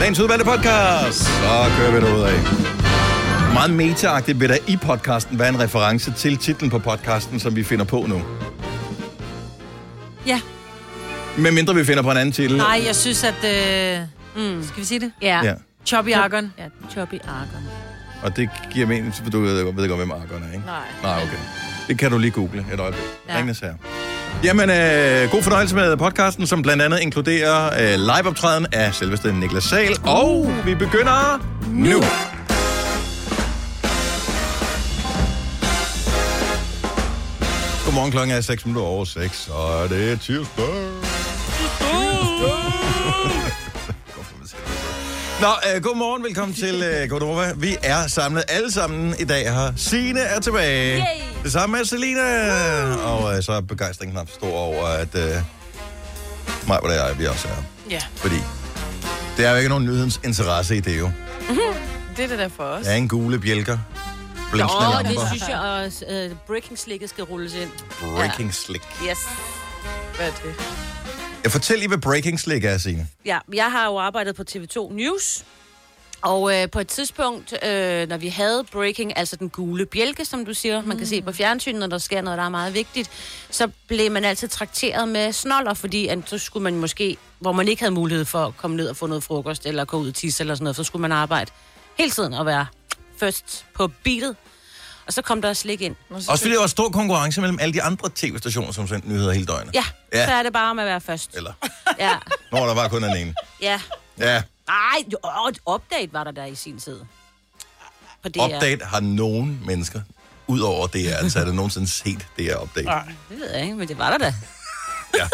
Dagens udvalgte podcast. Så kører vi derudad. Meget meta-agtigt vil der i podcasten være en reference til titlen på podcasten, som vi finder på nu. Ja. Med mindre vi finder på en anden titel. Nej, jeg synes, at... Skal vi sige det? Ja. Choppy Argon. Ja, Choppy Argon. Og det giver mening, for du ved godt, hvem Argon er, ikke? Nej, okay. Det kan du lige google et øjeblik. Ja. Ringnes her. Jamen, god fornøjelse med podcasten, som blandt andet inkluderer liveoptræden af selveste Niklas Sahl. Og vi begynder nu. Godmorgen, klokken er 6:06, og det er tirsdag. Nå, godmorgen, velkommen til Godova. Vi er samlet alle sammen i dag her. Signe er tilbage. Yay! Det samme med Selina. Og så er begejstringen knap stor over, at mig og jeg, vi også er. Ja. Fordi det er jo ikke nogen nyhedens interesse i det jo. Det er det der for os. Der er en gule bjælker. Det synes jeg også. Breaking Slicket skal rulles ind. Breaking Slick. Yes. Hvad er det? Jeg fortæller lige, hvad Breaking Slick er, Signe. Ja, jeg har jo arbejdet på TV2 News. Og på et tidspunkt, når vi havde breaking, altså den gule bjælke, som du siger, man kan se på fjernsynet, når der sker noget, der er meget vigtigt, så blev man altid trakteret med snoller, fordi så skulle man måske, hvor man ikke havde mulighed for at komme ned og få noget frokost, eller gå ud og tisse eller sådan noget, så skulle man arbejde hele tiden og være først på beatet. Og så kom der slik ind. Også fordi der var stor konkurrence mellem alle de andre tv-stationer, som sendte nyheder hele døgnet. Ja, så er det bare om at være først. Eller? Ja. Når der var kun den ene. Ja. Ja. Nej, et update var der i sin tid. Update har nogen mennesker, udover det er, altså er det nogensinde set det er update? Nej, det ved jeg ikke, men det var der da. Ja.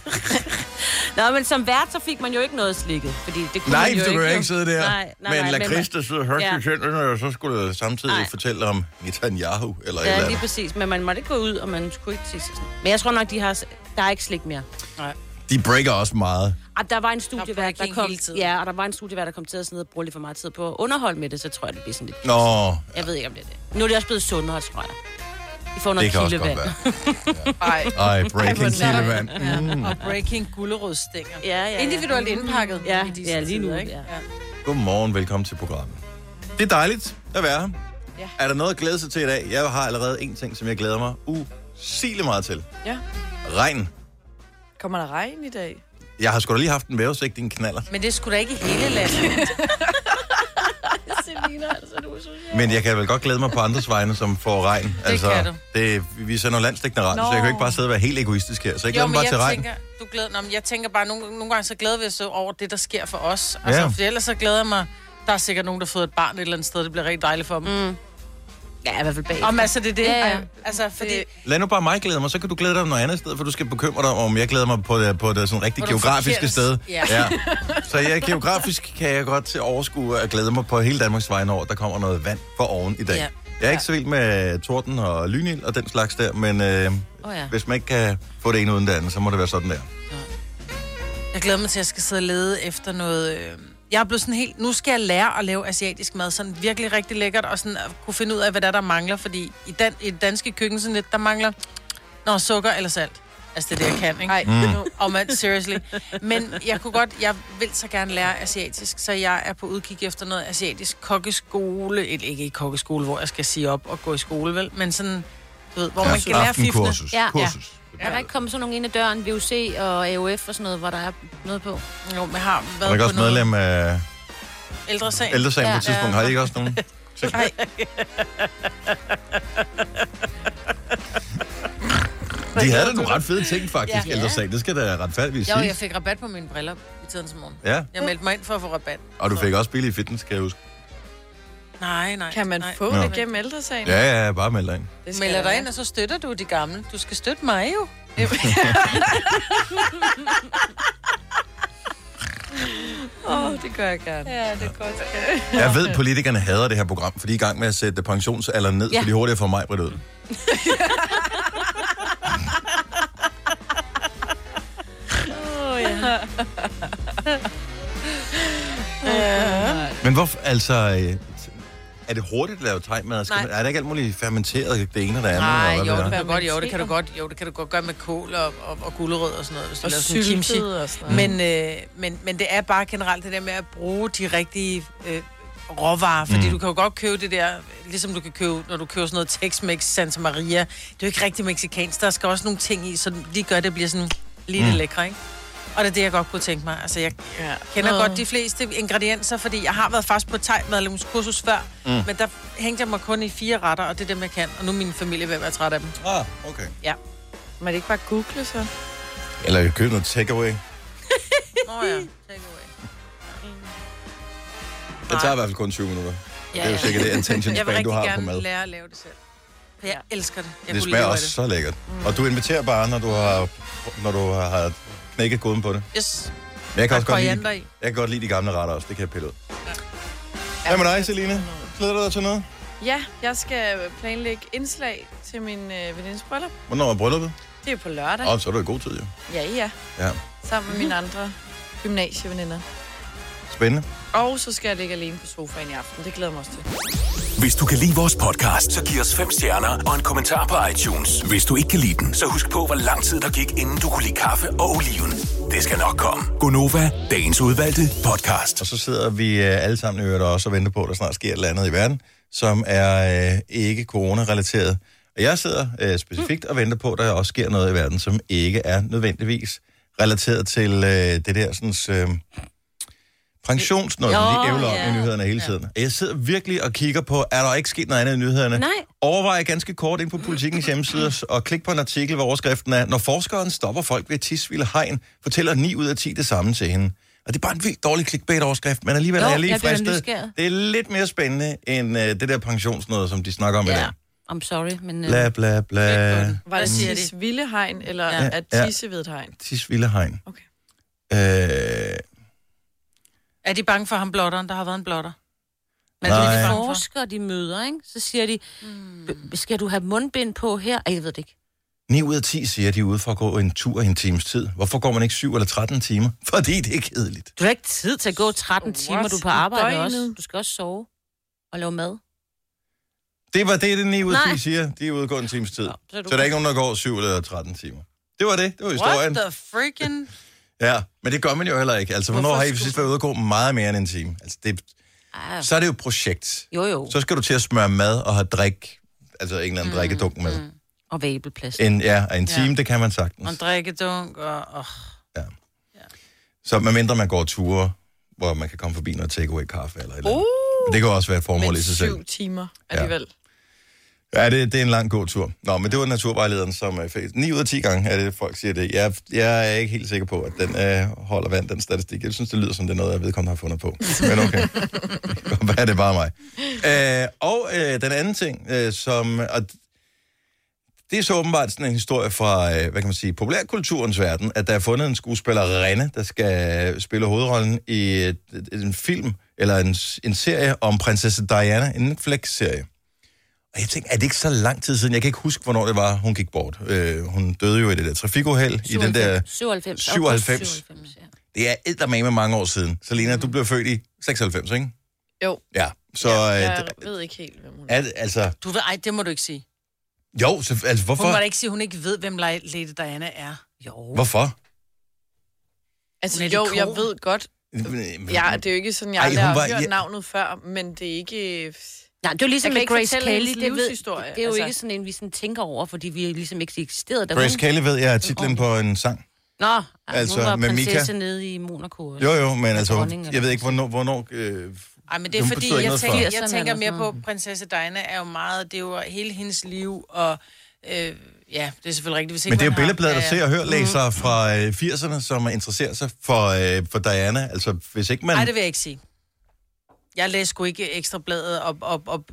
Nå, men som vært, så fik man jo ikke noget slikket, fordi det kunne nej, man jo du ikke. kan ikke sidde der med en lakrids, der sidder højt i tænderne, og så skulle du samtidig fortælle om Netanyahu eller et eller andet. Ja, lige præcis, men man måtte ikke gå ud, og man skulle ikke tisse. Men jeg tror nok, der er ikke slik mere. Nej. De breaker også meget. Der var en studievært, der kom til at sidde og bruge lidt for meget tid på at underholde med det, så tror jeg, det bliver sådan lidt... Nå. Jeg ved ikke, om det er det. Nu er det også blevet sundere, tror jeg. De får noget kildevand. Ej, breaking kildevand. Ja. Og breaking gulerodsstænger. Ja. Individuelt indpakket. Ja, lige nu. Ja. Godmorgen, velkommen til programmet. Det er dejligt at være her. Ja. Er der noget at glæde sig til i dag? Jeg har allerede en ting, som jeg glæder mig usigeligt meget til. Ja. Regn. Kommer der regn i dag? Jeg har sgu da lige haft en vejrudsigt i en knaller. Men det er sgu da ikke i hele landet. Men jeg kan vel godt glæde mig på andres vegne, som får regn. Det kan du. Vi sender landsdækkende regn, så jeg kan ikke bare sidde og være helt egoistisk her. Så jeg glæder mig bare til regn. Jeg tænker bare, nogle gange så glæder vi os over det, der sker for os. Altså, for ellers så glæder jeg mig, der er sikkert nogen, der har fået et barn et eller andet sted, det bliver rigtig dejligt for dem. Mm. Ja, i hvert fald bag. Altså, det er det. Ja. Altså, fordi... Lad nu bare mig glæde mig, så kan du glæde dig om noget andet sted, for du skal bekymre dig om, jeg glæder mig på det sådan rigtig geografiske sted. Ja. Så geografisk kan jeg godt til overskue at glæde mig på hele Danmarks vegne over, der kommer noget vand for oven i dag. Ja. Jeg er ikke så vild med torden og lynild og den slags der, men hvis man ikke kan få det ene uden det andet, så må det være sådan der. Ja. Jeg glæder mig til, at jeg skal sidde og lede efter noget... Jeg er blevet sådan helt... Nu skal jeg lære at lave asiatisk mad, sådan virkelig rigtig lækkert, og sådan at kunne finde ud af, hvad der mangler, fordi i det danske køkken sådan lidt, der mangler sukker eller salt. Altså, det er det, jeg kan, ikke? Og man, seriously. Men jeg vil så gerne lære asiatisk, så jeg er på udkig efter noget asiatisk kokkeskole. Ikke kokkeskole, hvor jeg skal sige op og gå i skole, vel? Men sådan, du ved, hvor man kan lære fifne. Ja. Er der ikke kommet sådan nogle ind ad døren, VUC og AOF og sådan noget, hvor der er noget på? Jo, men har været på noget... også medlem af... Ældresagen på et tidspunkt. Har I ikke også nogen? Nej. De havde da nogle ret fede ting, faktisk, Ældresagen. Det skal da retfærdigvis sige. Jo, jeg fik rabat på mine briller i tidens morgen. Ja. Jeg meldte mig ind for at få rabat. Og du fik også billig fitness, kan jeg huske. Nej. Kan man få det gennem Ældresagen? Ja, bare meld dig ind. Melder dig ind, og så støtter du de gamle. Du skal støtte mig jo. Det gør jeg gerne. Ja, det er godt. Jeg ved, politikerne hader det her program, for de er i gang med at sætte pensionsalderen ned, så de hurtigt får mig bredt ud. Men hvorfor, altså... Er det hurtigt at lave thai-mad? Er der ikke alt muligt fermenteret det ene og det andet? Nej, det kan du godt gøre med kål og gulerød og sådan noget, hvis du laver sådan kimchi. Og sådan men det er bare generelt det der med at bruge de rigtige råvarer, fordi du kan jo godt købe det der, ligesom du kan købe, når du køber sådan noget Tex-Mex, Santa Maria. Det er jo ikke rigtig mexicansk, der skal også nogle ting i, så de gør det bliver sådan lidt lækre, ikke? Og det er det, jeg godt kunne tænke mig. Altså, jeg kender godt de fleste ingredienser, fordi jeg har været fast på thai-madlavningskursus før, men der hængte jeg mig kun i 4 retter, og det er dem, jeg kan. Og nu er min familie ved at være træt af dem. Okay. Ja. Må det ikke bare google så? Eller købe noget takeaway. Takeaway. Det tager i hvert fald kun 20 minutter. Ja. Det er jo sikkert det attention span, du har på mad. Jeg vil rigtig gerne lære at lave det selv. For jeg elsker det. Det smager også så lækkert. Og du inviterer bare, når du har knækket koden på det. Yes. Men jeg kan godt lide de gamle retter også. Det kan jeg pille ud. Ja. Hvad med dig, Selina? Glæder du dig til noget? Ja, jeg skal planlægge indslag til min venindes bryllup. Hvornår er brylluppet? Det er på lørdag. Så er du i god tid, jo. Ja. Sammen med mine andre gymnasieveninder. Spændende. Og så skal jeg ligge alene på sofaen i aften. Det glæder mig også til. Hvis du kan lide vores podcast, så giv os 5 stjerner og en kommentar på iTunes. Hvis du ikke kan lide den, så husk på, hvor lang tid der gik, inden du kunne lide kaffe og oliven. Det skal nok komme. Gonova, dagens udvalgte podcast. Og så sidder vi alle sammen i øvrigt også og venter på, at der snart sker et eller andet i verden, som er ikke corona-relateret. Og jeg sidder specifikt og venter på, at der også sker noget i verden, som ikke er nødvendigvis relateret til det der sådan... pensionsnød, de ævler om i nyhederne hele tiden. Jeg sidder virkelig og kigger på, er der ikke sket noget andet i nyhederne? Nej. Overvej ganske kort ind på Politikens hjemmeside og klik på en artikel, hvor overskriften er, når forskeren stopper folk ved Tisvilde Hegn, fortæller 9 ud af 10 det samme til hende. Og det er bare en vildt dårlig clickbait-overskrift, men alligevel er jeg lige fristet. Det er lidt mere spændende end det der pensionsnød, som de snakker om i dag. I'm sorry, men... Bla, bla, bla. Var det Tisvilde Hegn, eller er Tisvilde Hegn? Tisvilde Hegn. Okay. Er de bange for ham blotteren? Der har været en blotter. Men når de forskere, de møder, ikke? Så siger de, skal du have mundbind på her? Jeg ved det ikke. 9 ud af 10 siger, at de er ude for at gå en tur i en times tid. Hvorfor går man ikke 7 eller 13 timer? Fordi det er kedeligt. Du har ikke tid til at gå 13 timer, du er på arbejde også. Du skal også sove og lave mad. Det var det 9 ud af 10 siger. De er ude og gå en times tid. Så der er ikke nogen, der går 7 eller 13 timer. Det var det. Det var historien. What the freaking... Ja, men det gør man jo heller ikke. Altså, hvornår har I sidst været ude og gå meget mere end en time? Altså, så er det jo et projekt. Jo. Så skal du til at smøre mad og have drik, altså en eller anden drikkedunk med. Og vabelplads. En time, det kan man sagtens. Og en drikkedunk og... Ja. Så medmindre man går ture, hvor man kan komme forbi noget takeaway-kaffe eller et eller andet. Men det kan også være et formål i sig selv. 7 timer alligevel. Ja, det er en lang god tur. Nå, men det var naturvejlederen, som 9 ud af 10 gange er det, folk siger det. Jeg er ikke helt sikker på, at den holder vand, den statistik. Jeg synes, det lyder som, det er noget, jeg vedkommende har fundet på. Men okay, hvad er det bare mig? Den anden ting, som... Det er så åbenbart sådan en historie fra, hvad kan man sige, populærkulturens verden, at der er fundet en skuespillerinde, der skal spille hovedrollen i en film, eller en serie om prinsesse Diana, en Netflix-serie. Og jeg tænkte, er det ikke så lang tid siden? Jeg kan ikke huske, hvornår det var, hun gik bort. Hun døde jo i det der trafikuheld i den der... 97. Det er eddermame mange år siden. Selina, du blev født i 96, ikke? Jo. Ja, så... Jeg ved ikke helt, hvem hun er. Altså... Du ved, det må du ikke sige. Jo, altså hvorfor? Hun må da ikke sige, at hun ikke ved, hvem Lady Diana er. Jo. Hvorfor? Altså jeg ved godt. Ja, det er jo ikke sådan, jeg har hørt navnet før, men det er ikke... Nej, det er jo ligesom med Grace Kelly. Det er jo ikke sådan en, vi sådan tænker over, fordi vi ligesom ikke eksisterede. Grace Kelly ved jeg er titlen på en sang. Nå, altså, hun var prinsesse nede i Monaco. Jo, men altså, jeg ved ikke, hvornår ej, men det er fordi, jeg tænker mere på, prinsesse Diana er jo meget, det er jo hele hendes liv, og det er selvfølgelig rigtigt. Hvis ikke men det er jo billedbladet, der ser og hører læsere fra 80'erne, som interesserer sig for Diana. Altså, hvis ikke man... Nej, det vil jeg ikke sige. Jeg læste sgu ikke Ekstrabladet og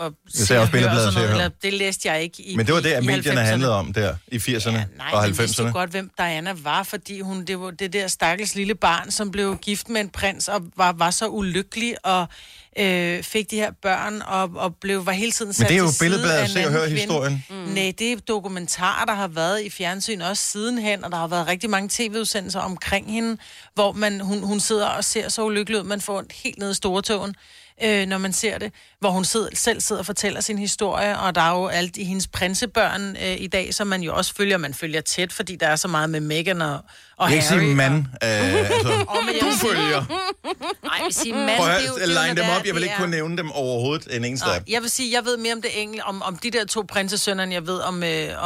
det læste jeg ikke men det var det, at medierne handlede om der i 80'erne og 90'erne. Jeg vidste godt, hvem Diana var, fordi det var det der stakkels lille barn, som blev gift med en prins og var så ulykkelig, og fik de her børn, og var hele tiden sat til side. Men det er jo billedbladet, Se og Hør historien. Nej, det er dokumentarer, der har været i fjernsyn også sidenhen, og der har været rigtig mange tv-udsendelser omkring hende, hvor hun sidder og ser så ulykkelig ud, man får helt ned i stortåen, når man ser det, hvor hun selv sidder og fortæller sin historie, og der er jo alt i hendes prinsebørn i dag, som man jo også følger, man følger tæt, fordi der er så meget med Meghan og Harry. Jeg kan sige mand, du følger. Nej, jeg vil sige mand, prøv at line dem op, jeg vil ikke kunne nævne dem overhovedet en eneste af. Jeg vil sige, jeg ved mere om det om de der 2 prinsesønner, end jeg ved om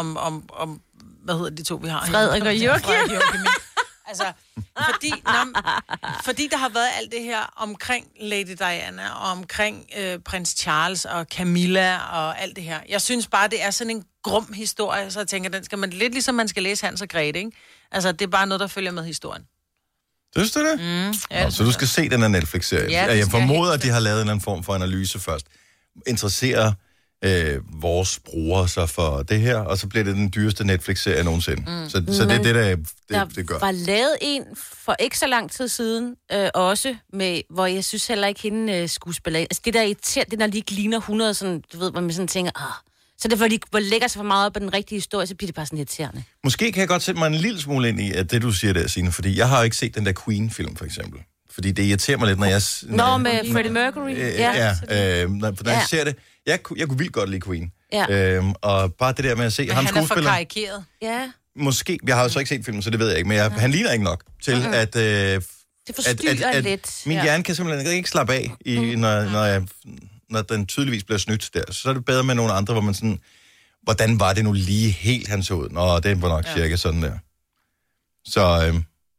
hvad hedder de 2, vi har? Frederik og Joachim. Altså, fordi der har været alt det her omkring Lady Diana, og omkring prins Charles og Camilla og alt det her. Jeg synes bare, det er sådan en grum historie, så jeg tænker, den skal man lidt ligesom man skal læse Hans og Grete, ikke? Altså, det er bare noget, der følger med historien. Synes du det? Ja, så du skal se den her Netflix-serie. Ja, jeg formoder, at de har lavet en eller anden form for analyse først. Interesserer vores brugere så for det her, og så bliver det den dyreste Netflix-serie nogensinde. Så det er det gør. Der var lavet en for ikke så lang tid siden, også med, hvor jeg synes heller ikke hende skuespiller. Altså det der irriterer, det der lige ligner 100, sådan, du ved, hvor man sådan tænker, så det er, hvor de lægger sig for meget op af den rigtige historie, så bliver det bare sådan irriterende. Måske kan jeg godt sætte mig en lille smule ind i, at det du siger der, Signe, fordi jeg har jo ikke set den der Queen-film, for eksempel. Fordi det irriterer mig lidt, når jeg... med Freddie Mercury? Når jeg ser det. Jeg kunne vildt godt lide Queen. Ja. Og bare det der med at se ham skuespiller... han er for karikeret. Ja. Måske. Jeg har jo så ikke set filmen, så det ved jeg ikke. Men han ligner ikke nok til, at... det forstyrrer lidt. Min hjerne kan simpelthen ikke slappe af, når den tydeligvis bliver snydt der. Så er det bedre med nogle andre, hvor man sådan... Hvordan var det nu lige helt, han så ud? Nå, det var nok cirka sådan der. Så...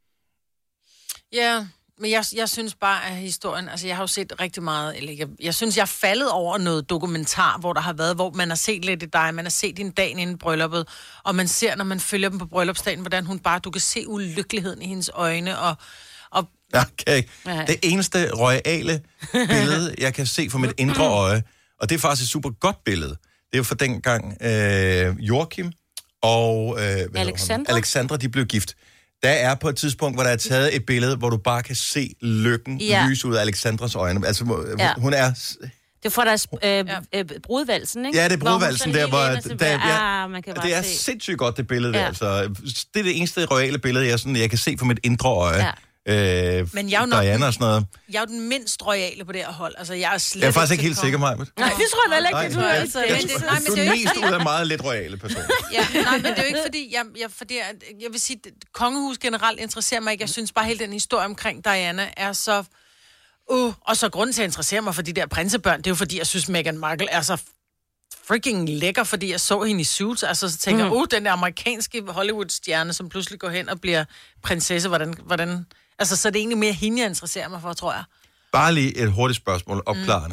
Ja... Men jeg synes bare, at historien... Altså, jeg har jo set rigtig meget... Eller jeg synes, jeg er faldet over noget dokumentar, hvor der har været... Hvor man har set lidt i dig, man har set din dag inden brylluppet, og man ser, når man følger dem på bryllupsdagen, hvordan hun bare... Du kan se ulykkeligheden i hendes øjne, og okay. Det eneste royale billede, jeg kan se for mit indre øje, og det er faktisk et super godt billede, det er jo for dengang Joachim og Alexandra, de blev gift. Der er på et tidspunkt, hvor der er taget et billede, hvor du bare kan se lykken lyse ud af Alexandras øjne. Altså, hun er... Det får deres brudvalsen, ikke? Ja, det er brudvalsen der, hvor... man kan det er sindssygt godt, det billede der. Altså, det er det eneste royale billede, jeg kan se for mit indre øje. Ja. Men jeg er jo Diana og sådan noget. Jeg er jo den mindst royale på det her hold. Altså, jeg er faktisk ikke helt sikker, Maja. Nej, det tror jeg heller ikke, du er. Du er mest ud af meget lidt royale person. Nej, men det er jo ikke, fordi jeg vil sige, at kongehus generelt interesserer mig ikke. Jeg synes bare, hele den historie omkring Diana er så... og så grunden til at interessere mig for de der prinsebørn, det er jo fordi, jeg synes, Meghan Markle er så freaking lækker, fordi jeg så hende i Suits, altså så tænker jeg, den der amerikanske Hollywood-stjerne, som pludselig går hen og bliver prinsesse, hvordan... Altså, så er det egentlig mere hende, jeg interesserer mig for, tror jeg. Bare lige et hurtigt spørgsmål, opklarende.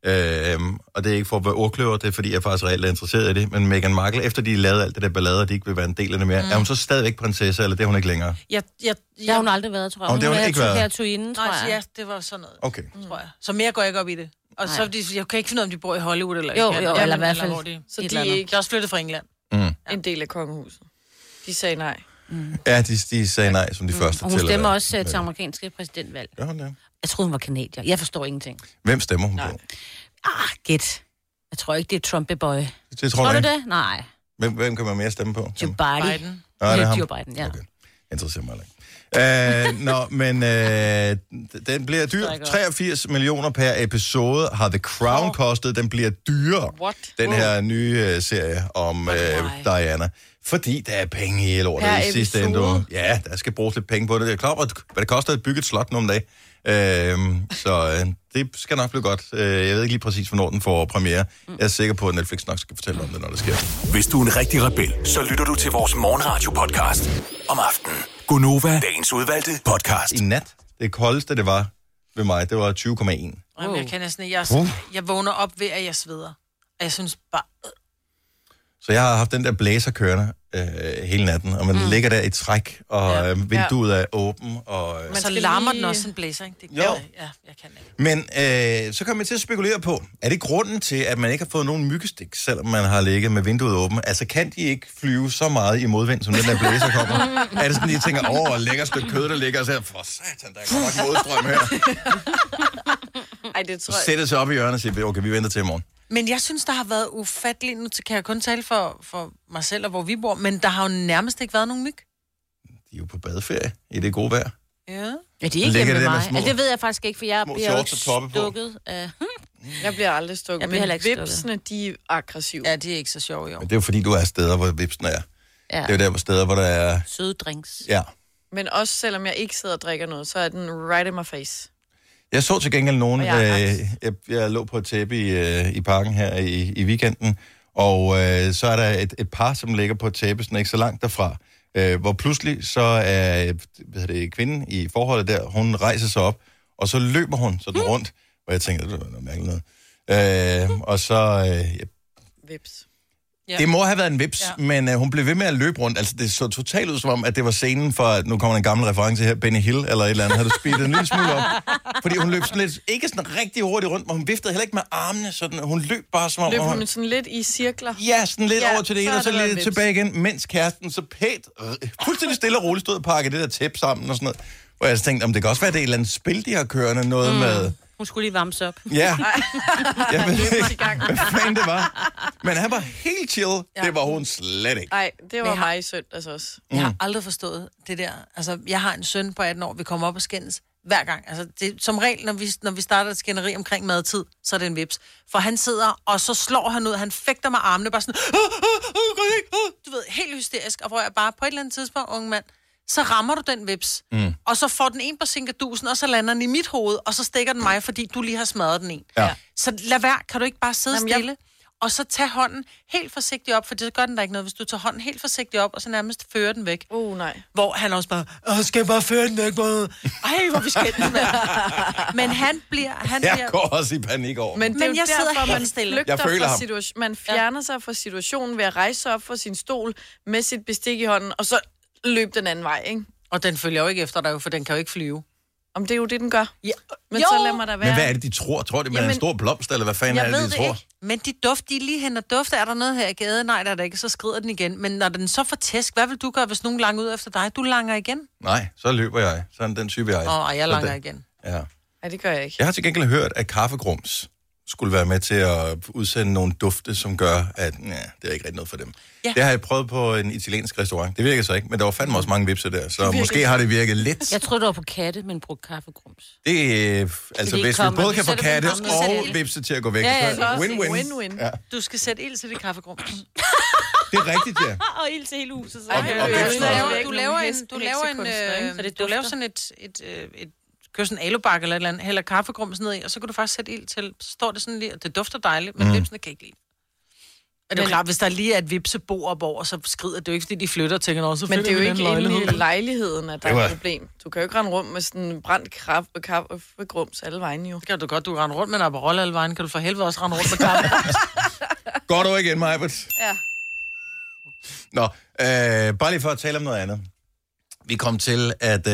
Og det er ikke for at være ordkløver, det er fordi, jeg faktisk reelt er interesseret i det, men Meghan Markle, efter de lavede alt det der ballade, og de ikke vil være en del af det mere, er hun så stadigvæk prinsesse, eller det er hun ikke længere? Det har hun aldrig været, tror jeg. Det har hun ikke været? Tror jeg. Ja, det var sådan noget, okay. Tror jeg. Så mere går jeg ikke op i det. Og så, jeg kan ikke finde ud af, om de bor i Hollywood eller ikke. Jo, eller i hvert fald. Så de er ikke også flyttet fra England. En del af kongehuset. De sagde nej. Ja, de sagde nej som de første til. Og hun stemmer også til amerikanske præsidentvalg. Ja. Jeg troede, hun var kanadier. Jeg forstår ingenting. Hvem stemmer hun på? Gæt. Jeg tror ikke, det er Trump-boy. Det tror du det? Nej. Hvem kan man mere stemme på? Joe Biden. Nej, det er ham. Joe Biden, ja. Okay. Interesserer mig ikke. Den bliver dyr. 83 millioner per episode har The Crown kostet. Den bliver dyrere. Den her nye serie om Diana. Fordi der er penge i lortet i sidste ende. Ja, der skal bruges lidt penge på det. Det er klart, hvad det koster at bygge et slot nogle dage. Det skal nok blive godt. Jeg ved ikke lige præcis, hvornår den får premiere. Jeg er sikker på, at Netflix nok skal fortælle om det, når det sker. Hvis du er en rigtig rebel, så lytter du til vores morgenradio-podcast om aftenen. Gonova, dagens udvalgte podcast. I nat, det koldeste, det var ved mig, det var 20,1. Jamen, jeg kan næsten ikke. Jeg vågner op ved, at jeg sveder. Og jeg synes bare... Så jeg har haft den der blæser kørende hele natten, og man ligger der i træk, og vinduet er åben. Og, men så larmer den også en blæser, ikke? Det kan jeg kan Men ikke. så kommer man til at spekulere på, er det grunden til, at man ikke har fået nogen myggestik, selvom man har ligget med vinduet åbent? Altså, kan de ikke flyve så meget i modvind, som den der blæser kommer? Er det sådan, at de tænker, lækker stykke kød, der ligger, og så for satan, der er godt nok modstrøm her. Ej, det tror jeg. Sætter sig op i hjørnet og siger, okay, vi venter til i morgen. Men jeg synes, der har været ufatteligt. Nu kan jeg kun tale for mig selv og hvor vi bor, men der har jo nærmest ikke været nogen myg. De er jo på badeferie i det gode vejr. Ja. Ja, de er ikke hjemme med mig. Altså, det ved jeg faktisk ikke, for jeg bliver jo stukket. Jeg bliver aldrig stukket, men vipsene, de er aggressive. Ja, de er ikke så sjove, jo. Men det er jo fordi, du er steder, hvor vipsene er. Ja. Det er jo der, hvor steder, hvor der er... Søde drinks. Ja. Men også selvom jeg ikke sidder og drikker noget, så er den right in my face. Jeg så til gengæld nogen, jeg lå på et tæppe i parken her i weekenden, og så er der et par, som ligger på et tæppe, sådan ikke så langt derfra, hvor pludselig så er kvinden i forholdet der, hun rejser sig op, og så løber hun sådan rundt, og jeg tænker, det var noget mærkeligt noget. Og så... Vips. Ja. Det må have været en vips, men hun blev ved med at løbe rundt. Altså, det så totalt ud som om, at det var scenen for, nu kommer en gammel reference her, Benny Hill eller et eller andet, havde du speedet en lille smule op. Fordi hun løb sådan lidt, ikke sådan rigtig hurtigt rundt, men hun viftede heller ikke med armene, sådan, hun løb bare som om... Løb hun sådan lidt i cirkler? Ja, sådan lidt over til det ene, og så lidt tilbage igen, mens kæresten så pænt, fuldstændig stille og roligt stod og pakkede det der tæppe sammen og sådan noget. Hvor jeg tænkte, om det kan også være, det er et eller andet spil, de har kørende, noget med... Hun skulle lige varmes op. Ja. Jeg ved ikke, hvad fanden det var. Men han var helt chill. Ja. Det var hun slet ikke. Nej, det var mig i søndags også. Jeg har aldrig forstået det der. Altså, jeg har en søn på 18 år, vi kommer op og skændes hver gang. Altså, det, som regel, når vi starter et skænderi omkring madtid, så er det en vips. For han sidder, og så slår han ud, han fægter med armene, bare sådan, du ved, helt hysterisk. Og hvor jeg bare på et eller andet tidspunkt, unge mand, så rammer du den vips, og så får den en på sinkadusen, og så lander den i mit hoved, og så stikker den mig, fordi du lige har smadret den en. Ja. Så lad være, kan du ikke bare sidde stille, og så tage hånden helt forsigtigt op, for det gør den der ikke noget, hvis du tager hånden helt forsigtigt op, og så nærmest fører den væk. Nej. Hvor han også bare, skal jeg bare føre den væk? Ej, hvor vi skændes med. Men han bliver... Jeg går også i panik over. Men jeg sidder helt stille. Jeg føler ham. Man fjerner sig fra situationen ved at rejse sig op fra sin stol med sit bestik i hånden, og så løb den anden vej, ikke? Og den følger jo ikke efter dig, for den kan jo ikke flyve. Om det er jo det, den gør. Ja. Men jo. Så lad mig da være. Men hvad er det, de tror? Tror de, man er en stor blomst, eller hvad fanden er det, de tror? Ikke. Men de lige henter duft. Er der noget her i gaden? Nej, der er der ikke. Så skrider den igen. Men når den så får tæsk, hvad vil du gøre, hvis nogen langer ud efter dig? Du langer igen? Nej, så løber jeg. Sådan den type jeg. Jeg langer igen. Ja. Nej, det gør jeg ikke. Jeg har til gengæld hørt, at kaffegrums skulle være med til at udsende nogle dufte, som gør, at det er ikke rigtig noget for dem. Ja. Det har jeg prøvet på en italiensk restaurant. Det virker så ikke, men der var fandme også mange vipser der, så måske har det virket lidt. Jeg tror det var på katte, men brugte kaffegrums. Det er, altså hvis vi både kan få katte og vipse til at gå væk, så win-win. Ja. Du skal sætte ild til det kaffegrums. Det er rigtigt, ja. Og ild til hele huset. Du laver sådan et kører sådan en alubakke eller et eller andet, hælder kaffegrums ned i, og så kan du faktisk sætte ild til, så står det sådan lige, og det dufter dejligt, men vipsene kan ikke lide. Og det er jo klart, hvis der lige er et vipsebo op over, så skrider det jo ikke, fordi de flytter og tænker, så men det er jo ikke inde i lejligheden, at der er et problem. Du kan jo ikke rende rundt med sådan en brændt kaffegrums alle vejen jo. Det kan du godt, du rende rundt med en Aperol alle vejen, kan du for helvede også rende rundt med kaffegrums. Går du igen, Majbert? Ja. Nå, bare lige for at tale om noget andet. Vi kom til at...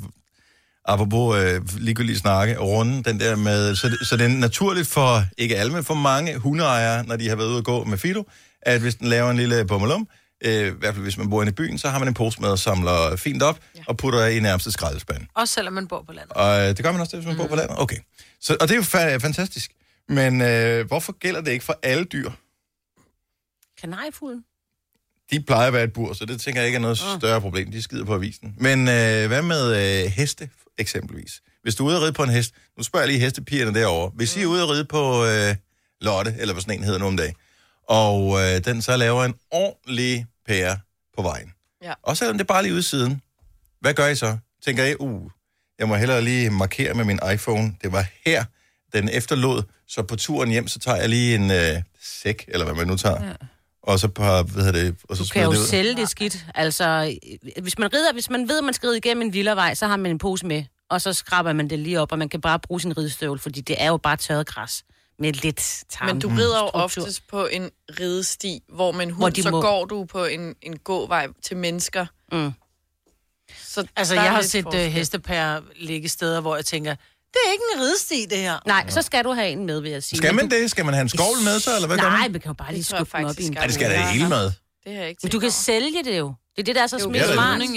apropos ligegyldigt snakke og runde den der med, så det er naturligt for, ikke alle, men for mange hundeejere, når de har været ude at gå med Fido, at hvis den laver en lille bummelum, i hvert fald hvis man bor inde i byen, så har man en pose med og samler fint op og putter i nærmeste skraldespand. Også selvom man bor på landet. Og det gør man også, hvis man bor på landet? Okay. Og det er jo fantastisk. Men hvorfor gælder det ikke for alle dyr? Kanariefuglen? De plejer at være et bur, så det tænker jeg ikke er noget større problem. De skider på avisen. Men hvad med heste, eksempelvis? Hvis du er ude at ride på en hest, nu spørger jeg lige hestepigerne derovre. Hvis I er ude at ride på Lotte, eller hvad sådan en hedder nu om dagen, og den så laver en ordentlig pære på vejen. Ja. Og selvom det er bare lige ude siden, hvad gør I så? Tænker I, jeg må hellere lige markere med min iPhone. Det var her, den efterlod, så på turen hjem, så tager jeg lige en sæk, eller hvad man nu tager. Ja. Og så og så du kan jo sælge det skidt. Altså, hvis man ved, at man skal ride igennem en villavej, så har man en pose med, og så skraber man det lige op, og man kan bare bruge sin ridestøvle, fordi det er jo bare tørret græs med lidt tarm. Men du rider jo oftest på en ridesti, hvor med en hund, så går du på en gåvej til mennesker. Mm. Så altså, jeg har set hestepærer ligge steder, hvor jeg tænker, det er ikke en ridesti, det her. Nej, så skal du have en med, vil jeg sige. Skal man det? Skal man have en skovl med så, eller hvad gør man? Nej, man kan jo bare lige skubbe den op i en. Det skal da hele med. Det har jeg ikke. Men du kan sælge det jo. Det er det, der er så smart.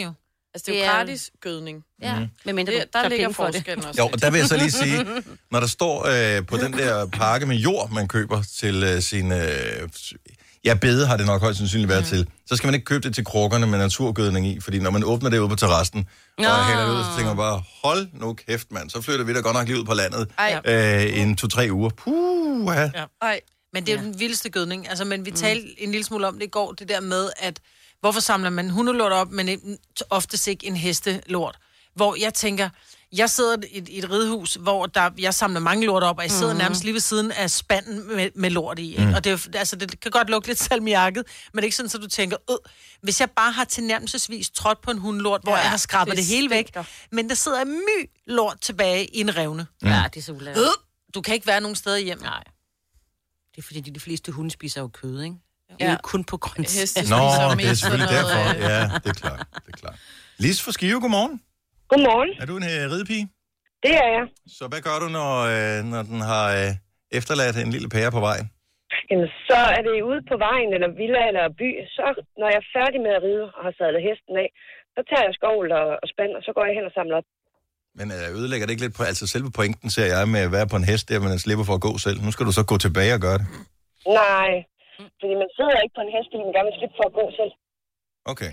Altså, det er jo gratis gødning. Ja, men der ligger forskellen også. Jo, og der vil jeg så lige sige, når der står på den der pakke med jord, man køber til sin... bede har det nok højst sandsynligt været til. Så skal man ikke købe det til krukkerne med naturgødning i, fordi når man åbner det ude på terrassen, og hælder det ud, så tænker man bare, hold nu kæft, mand. Så flytter vi da godt nok lige ud på landet en 2-3 uger. Puh, ja. Men det er jo den vildeste gødning. Altså, men vi talte en lille smule om det i går, det der med, at hvorfor samler man hundelort op, men oftest ikke en hestelort? Hvor jeg tænker, jeg sidder i et ridehus, hvor jeg samler mange lort op, og jeg sidder nærmest lige ved siden af spanden med lort i. Ikke? Og det kan godt lugte lidt salmiakket, men det er ikke sådan, at du tænker, hvis jeg bare har tilnærmelsesvis trådt på en hundelort, hvor jeg har skrabet det hele væk, men der sidder lort tilbage i en revne. Ja, det er så ulækkert. Du kan ikke være nogen steder hjem. Nej. Det er fordi, de fleste hunde spiser jo kød, ikke? Ja. Kun på grøntsager. Nå, det er selvfølgelig derfor. Ja, det er klart. Lis fra Skive, godmorgen. Godmorgen. Er du en ridepige? Det er jeg. Så hvad gør du, når den har efterladt en lille pære på vejen? Jamen, så er det ude på vejen, eller villa, eller by. Så når jeg er færdig med at ride og har sadlet hesten af, så tager jeg skovl og spand, og så går jeg hen og samler op. Men ødelægger det ikke lidt på... Altså selve pointen ser jeg med at være på en hest, der man slipper for at gå selv. Nu skal du så gå tilbage og gøre det. Nej, fordi man sidder ikke på en hest, fordi man gerne vil slippe for at gå selv. Okay.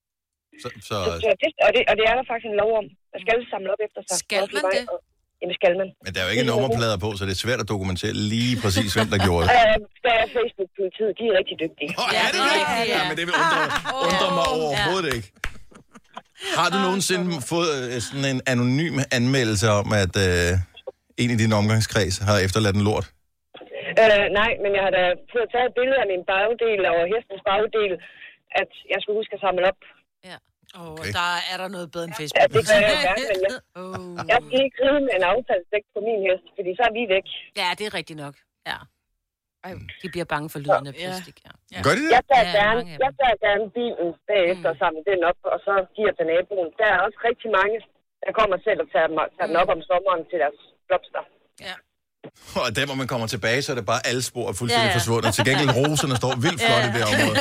Og det er der faktisk en lov om. Man skal samle op efter sig. Skal man det? Jamen skal man. Men der er jo ikke nummerplader på, så det er svært at dokumentere lige præcis, hvem der gjorde det. Der er Facebook-politiet, de er rigtig dygtige. Er det rigtigt? Ja, men det vil undre mig overhovedet ikke. Har du nogensinde fået sådan en anonym anmeldelse om, at en i din omgangskreds har efterladt en lort? Nej, men jeg har da fået taget et billede af min bagdel og hestens bagdel, at jeg skulle huske at samle op. Ja. Okay. Der er der noget bedre end Facebook. Ja, det kan jeg gerne, men jeg skal ikke ride med en affaldsdæk på min hest, fordi så er vi væk. Ja, det er rigtigt nok. Ja. De bliver bange for lyden af plastik. Ja. Gør de det? Jeg tager gerne bilen bagefter og samler den op, og så giver til naboen. Der er også rigtig mange, der kommer selv og tager den op om sommeren til deres blomster. Ja. Og der, hvor man kommer tilbage, så er det bare alle spor er fuldstændig forsvundet. Til gengæld roserne står vildt flot i det område.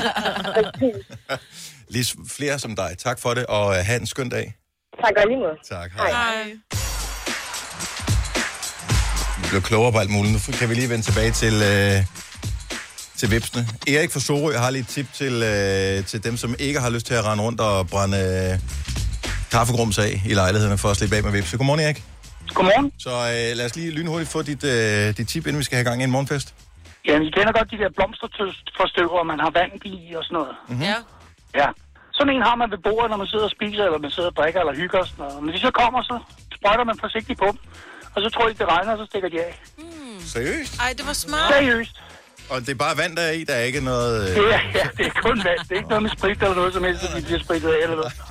Lige flere som dig. Tak for det, og have en skøn dag. Tak, og lige måde. Tak, hej. Vi bliver klogere på alt muligt. Nu kan vi lige vende tilbage til vipsene. Erik fra Sorø har lige et tip til dem, som ikke har lyst til at rende rundt og brænde kaffegrums af i lejlighederne for at slippe af med vipse. Godmorgen, Erik. Godmorgen. Så lad os lige lynhurtigt få dit tip, inden vi skal have gang i en morgenfest. Ja, vi kender godt de der blomsterforstøver, man har vand i og sådan noget. Mm-hmm. Ja. Sådan en har man ved bordet, når man sidder og spiser, eller man sidder og drikker, eller hygger og sådan noget. Men hvis de så kommer, så sprøjter man forsigtigt på dem. Og så tror de, det regner, og så stikker de af. Seriøst? Ej, det var smart. Seriøst. Og det er bare vand, der er i, der er ikke noget... Ja, det er kun vand. Det er ikke noget med sprit eller noget som helst, at de bliver spritet af eller noget.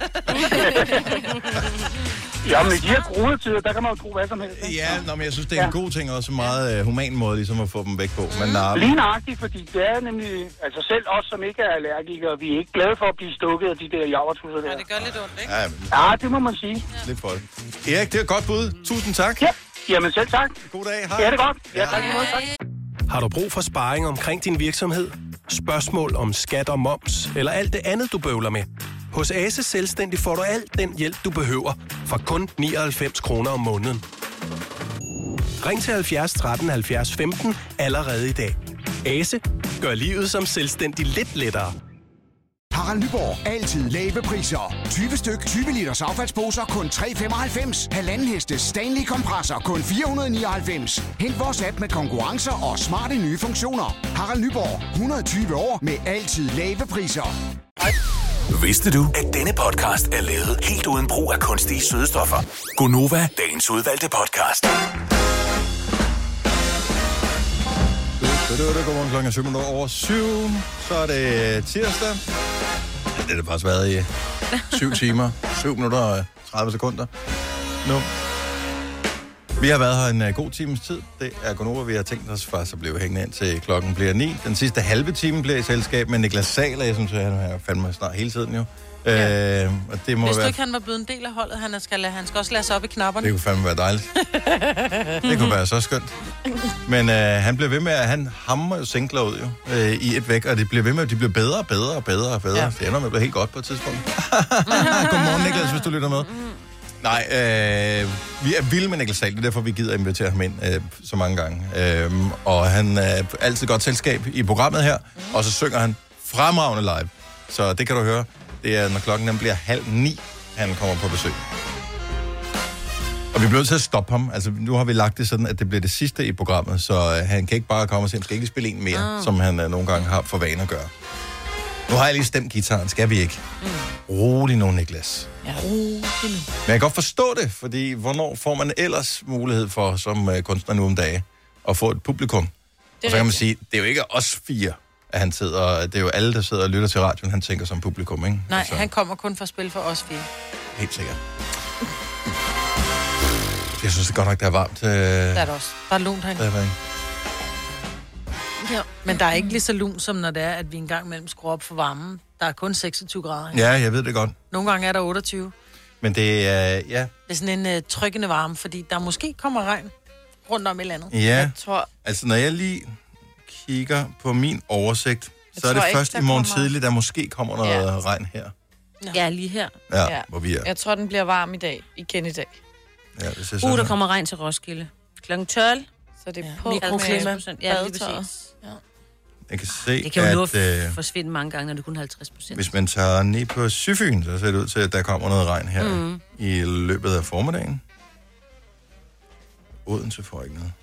Ja, men i de her gruetider, der kan man jo tro hvad som helst. Ja, men jeg synes, det er en god ting, og også en meget human måde ligesom at få dem væk på. Men, lige nøjagtigt, fordi det er nemlig, altså selv os, som ikke er allergikere, vi er ikke glade for at blive stukket af de der javertusser der. Ja, det gør lidt ondt, ikke? Ja, det må man sige. Lidt for det. Erik, det er et godt bud. Tusind tak. Ja, jamen selv tak. God dag. Hej. Ja, det er godt. Ja, tak. Har du brug for sparring omkring din virksomhed? Spørgsmål om skat og moms, eller alt det andet, du bøvler med? Hos Ase Selvstændig får du alt den hjælp, du behøver, for kun 99 kroner om måneden. Ring til 70 13 70 15 allerede i dag. Ase gør livet som selvstændig lidt lettere. Harald Nyborg. Altid lave priser. 20 styk, 20 liters affaldsposer kun 3,95. Halvanden heste Stanley kompresser kun 499. Hent vores app med konkurrencer og smarte nye funktioner. Harald Nyborg. 120 år med altid lave priser. Vidste du, at denne podcast er lavet helt uden brug af kunstige sødestoffer? Gonova, dagens udvalgte podcast. Godmorgen, klokken 7:07. Så er det tirsdag. Det har det faktisk været i 7 timer, 7 minutter og 30 sekunder nu. Vi har været her en god times tid. Det er Gonova, vi har tænkt os for, så bliver hængende ind til klokken bliver 9. Den sidste halve time bliver i selskab med Niklas Sahl, jeg synes, han er fandme snart hele tiden jo. Ja. Og det må Hvis du ikke han var blevet en del af holdet, han skal også lade sig op i knapperne. Det kunne fandme være dejligt. Det kunne være så skønt. Men han bliver ved med, at han hammer jo singler ud jo, i et væk, og det bliver ved med, at de bliver bedre og bedre og bedre og bedre. Ja. Det ender med at blive helt godt på et tidspunkt. Godmorgen, Niklas, hvis du lytter med. Nej, vi er vilde med Niklas Sahl, det er derfor, vi gider invitere ham ind så mange gange. Og han er altid godt selskab i programmet her, og så synger han fremragende live. Så det kan du høre. Det er, når klokken den bliver 8:30, han kommer på besøg. Og vi bliver nødt til at stoppe ham. Altså, nu har vi lagt det sådan, at det bliver det sidste i programmet, så han kan ikke bare komme og sige, han skal ikke spille en mere, som han nogle gange har for vane at gøre. Nu har jeg lige stemt gitaren, skal vi ikke? Rolig nu, Niklas. Ja, rolig nu. Men jeg kan godt forstå det, fordi hvornår får man ellers mulighed for, som kunstner nu om dagen, at få et publikum? Og så kan man sige, det er jo ikke os fire, at han sidder, det er jo alle, der sidder og lytter til radioen, han tænker som publikum, ikke? Nej, altså, han kommer kun for at spille for os fire. Helt sikkert. Jeg synes det godt nok, der er varmt. Der er det også. Der er lunt herinde. Ja, men der er ikke lige så lun, som når det er, at vi engang imellem skruer op for varmen. Der er kun 26 grader. Ja, jeg ved det godt. Nogle gange er der 28. Men det er, ja. Det er sådan en trykkende varme, fordi der måske kommer regn rundt om et eller andet. Ja, jeg tror... altså når jeg lige kigger på min oversigt, så er det først i morgen tidlig, der måske kommer noget regn her. Ja, lige her. Ja, hvor vi er. Jeg tror, den bliver varm i dag. Igen i dag. Ja, det ser sådan der kommer regn til Roskilde. Klokken 12. Så det er på mikroklima. Ja, lige præcis. Ja. Jeg kan se, det kan jo forsvinde mange gange, når det kun er 50%. Hvis man tager ned på Syfyn, så ser det ud til, at der kommer noget regn her i løbet af formiddagen. Odense får ikke noget.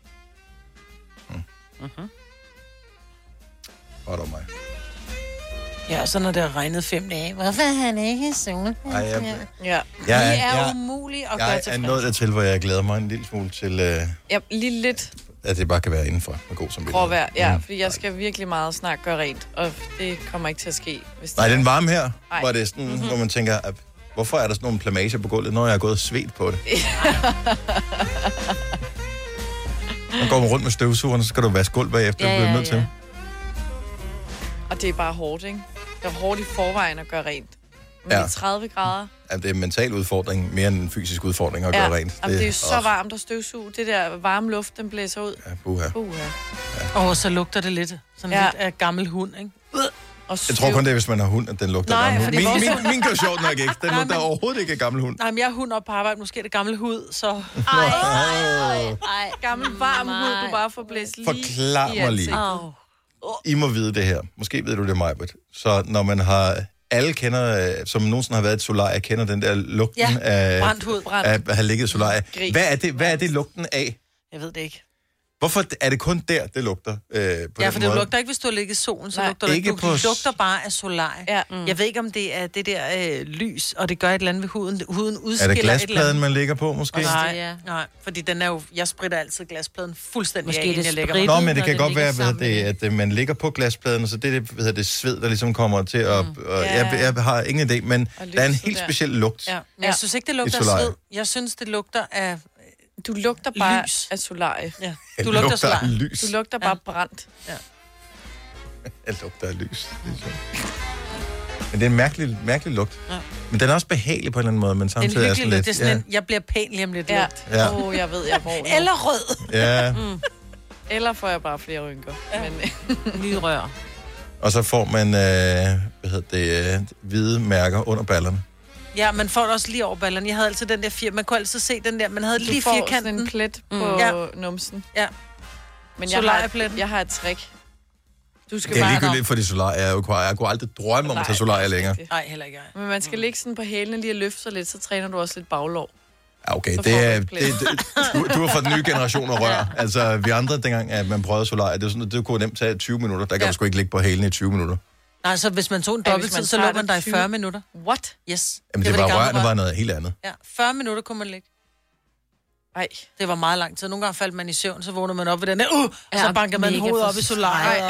Og der mig. Ja, så når det har regnet 5 dage. Hvorfor er han ikke i sol? Ja. Det er umuligt at gøre tilfreds. Jeg er nået dertil, hvor jeg glæder mig en lille smule til... Ja, lige lidt. At det bare kan være indenfor med god som vi. Gråvejr, ja, fordi jeg skal virkelig meget snart gøre rent, og det kommer ikke til at ske. Hvis det den varme her, hvor det er sådan, hvor man tænker, at, hvorfor er der sådan nogle plamager på gulvet, når jeg har gået svedt på det? Man går rundt med støvsugeren, så skal du vaske gulv bagefter, det bliver nødt til. Og det er bare hårdt, ikke? Det er hårdt i forvejen at gøre rent. Men 30 grader. Ja, det er en mental udfordring, mere end en fysisk udfordring at gøre rent. Det er så varmt at støvsuge. Det der varme luft, den blæser ud. Ja, puha. Ja. Og så lugter det lidt. Sådan lidt af gammel hund, ikke? Jeg tror kun det er, hvis man har hund, at den lugter af gammel hund. Min gør sjovt nok ikke. Den lugter overhovedet ikke af gammel hund. Nej, men jeg har hund op på arbejde. Måske er det gammel hud, så... Ej. Gammel varm hud, du bare får blæst lige. Forklar mig lige. I må vide det her. Måske ved du det, Majbert. Så når man har... Alle kender, som nogensinde har været et solarie, kender den der lugten af at have ligget i solarie. Hvad er det lugten af? Jeg ved det ikke. Hvorfor er det kun der, det lugter på for det lugter ikke, hvis du har ligget i solen, så lugter det ikke. Du lugter bare af solarie. Ja. Jeg ved ikke, om det er det der lys, og det gør et eller andet ved huden. Huden udskiller et eller andet. Er det glaspladen, man ligger på, måske? Nej, fordi den er jo... Jeg spritter altid glaspladen fuldstændig måske af, inden jeg lægger. Nå, men det kan godt være, at man ligger på glaspladen, og så det sved, der ligesom kommer til at... Jeg har ingen idé, men der er en helt speciel lugt. Ja. Jeg synes ikke, det lugter af sved. Jeg synes, det lugter af... Du lugter bare af solarie. Ja. Du lugter solarie. Lys. Du lugter bare brændt. Ja. Jeg lugter af lys. Men det er en mærkelig lugt. Ja. Men den er også behagelig på en eller anden måde, men samtidig er sådan lidt... Det er sådan jeg bliver pæn lige om lidt lugt. Ja. Jeg ved, jeg får. Eller rød. Ja. Eller får jeg bare flere rynker. Ja. Men nye rør. Og så får man, hvide mærker under ballerne. Ja, man får det også lige over ballerne. Jeg havde altid den der man kunne altid se den der, man havde lige firkanten. Du får en plet på numsen. Ja. Men jeg har et trick. Du skal det er ligegyldigt for de solarier. Jeg kunne aldrig drømme om at tage solarier længere. Nej, heller ikke. Men man skal ligge sådan på hælene lige og løfte sig lidt, så træner du også lidt baglår. Ja, okay. Du har fået den nye generation af rør. Altså, vi andre, dengang, at man prøvede solarier, det kunne nemt tage 20 minutter. Der kan du sgu ikke ligge på hælene i 20 minutter. Nej, så hvis man tog en dobbelttid, så lå man der i 40 minutter. What? Yes. Jamen, det var rørene var noget helt andet. Ja, 40 minutter kunne man ligge. Ej. Det var meget lang tid. Nogle gange faldt man i søvn, så vågnede man op ved den der, og så banker man hovedet op i solariet.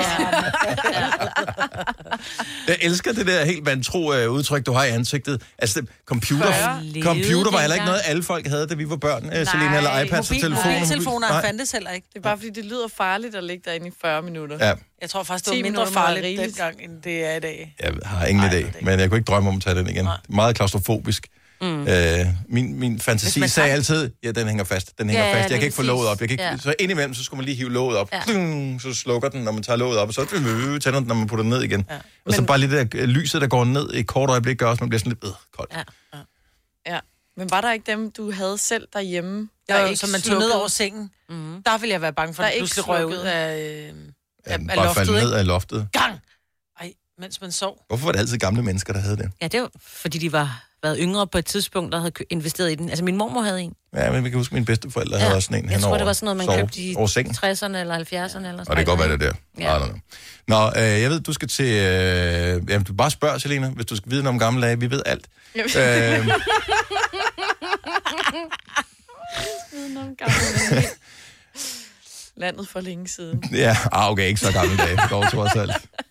Jeg elsker det der helt vantro udtryk, du har i ansigtet. Altså, computer var heller ikke noget, alle folk havde, da vi var børn. Selina, eller iPads og telefoner. Mobiltelefoner fandtes heller ikke. Det er bare, fordi det lyder farligt at ligge derinde i 40 minutter. Ja. Jeg tror faktisk, det var mindre farligt dengang, end det er i dag. Jeg har ingen idé, men jeg kunne ikke drømme om at tage den igen. Nej. Meget klaustrofobisk. Min fantasi sagde altid, ja, den hænger fast. Den hænger fast. Jeg kan ikke få låget op. Så indimellem, så skulle man lige hive låget op. Så slukker den, når man tager låget op, og så tænder den, når man putter den ned igen. Ja. Og så bare lige det lyset, der går ned i et kort øjeblik, gør også, man bliver sådan lidt koldt. Ja. Men var der ikke dem, du havde selv derhjemme? Som man tog ned over sengen? Der ville jeg være bange for, at pludselig røg ud af loftet. Ned af loftet. Gang! Ej, mens man sov. Hvorfor var det altid gamle mennesker, der havde det? Ja, det var, fordi de været yngre på et tidspunkt, der havde investeret i den. Altså, min mormor havde en. Ja, men vi kan huske, at mine bedsteforældre havde også en. Jeg tror, det var sådan noget, man købte i 60'erne eller 70'erne. Eller sådan. Og det kan godt være, det der. Ja. Nå, jeg ved, du skal til... jamen, du bare spørg, Selina, hvis du skal vide noget om gamle dage. Vi ved alt. Landet for længe siden. Ja, okay, ikke så gamle dage. Dog trods alt.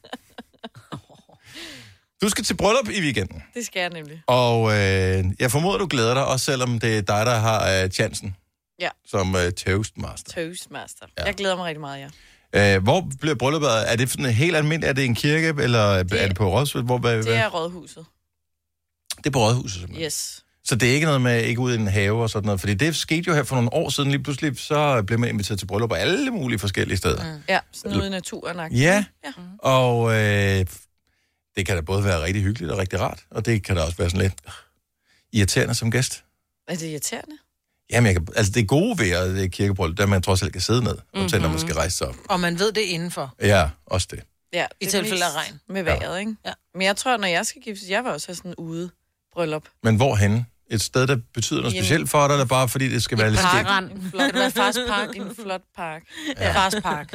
Du skal til bryllup i weekenden. Det skal jeg nemlig. Og jeg formoder, du glæder dig, også selvom det er dig, der har chancen. Ja. Som toastmaster. Toastmaster. Ja. Jeg glæder mig rigtig meget, hvor bliver brylluppet? Er det sådan helt almindeligt? Er det en kirke, eller er det på Rådhuset? Det er Rådhuset. Det er på Rådhuset, simpelthen? Yes. Så det er ikke noget med ikke ud i en have og sådan noget? Fordi det skete jo her for nogle år siden. Lige pludselig så blev man inviteret til bryllup på alle mulige forskellige steder. Ja, sådan ude i naturen. Ja, og det kan da både være rigtig hyggeligt og rigtig rart, og det kan da også være sådan lidt irriterende som gæst. Er det irriterende? Jamen, altså det gode ved at det er kirkebryllup, der man trods alt kan sidde ned, og når man skal rejse sig op. Og man ved det indenfor. Ja, også det. Ja, i tilfælde af regn. Med vejret, ikke? Ja. Men jeg tror, når jeg skal giftes, jeg vil også have sådan en ude bryllup. Men hvorhenne? Et sted, der betyder noget specielt for dig, eller bare fordi det skal være lidt skægt? En flot park. En flot park. Ja. Fars park.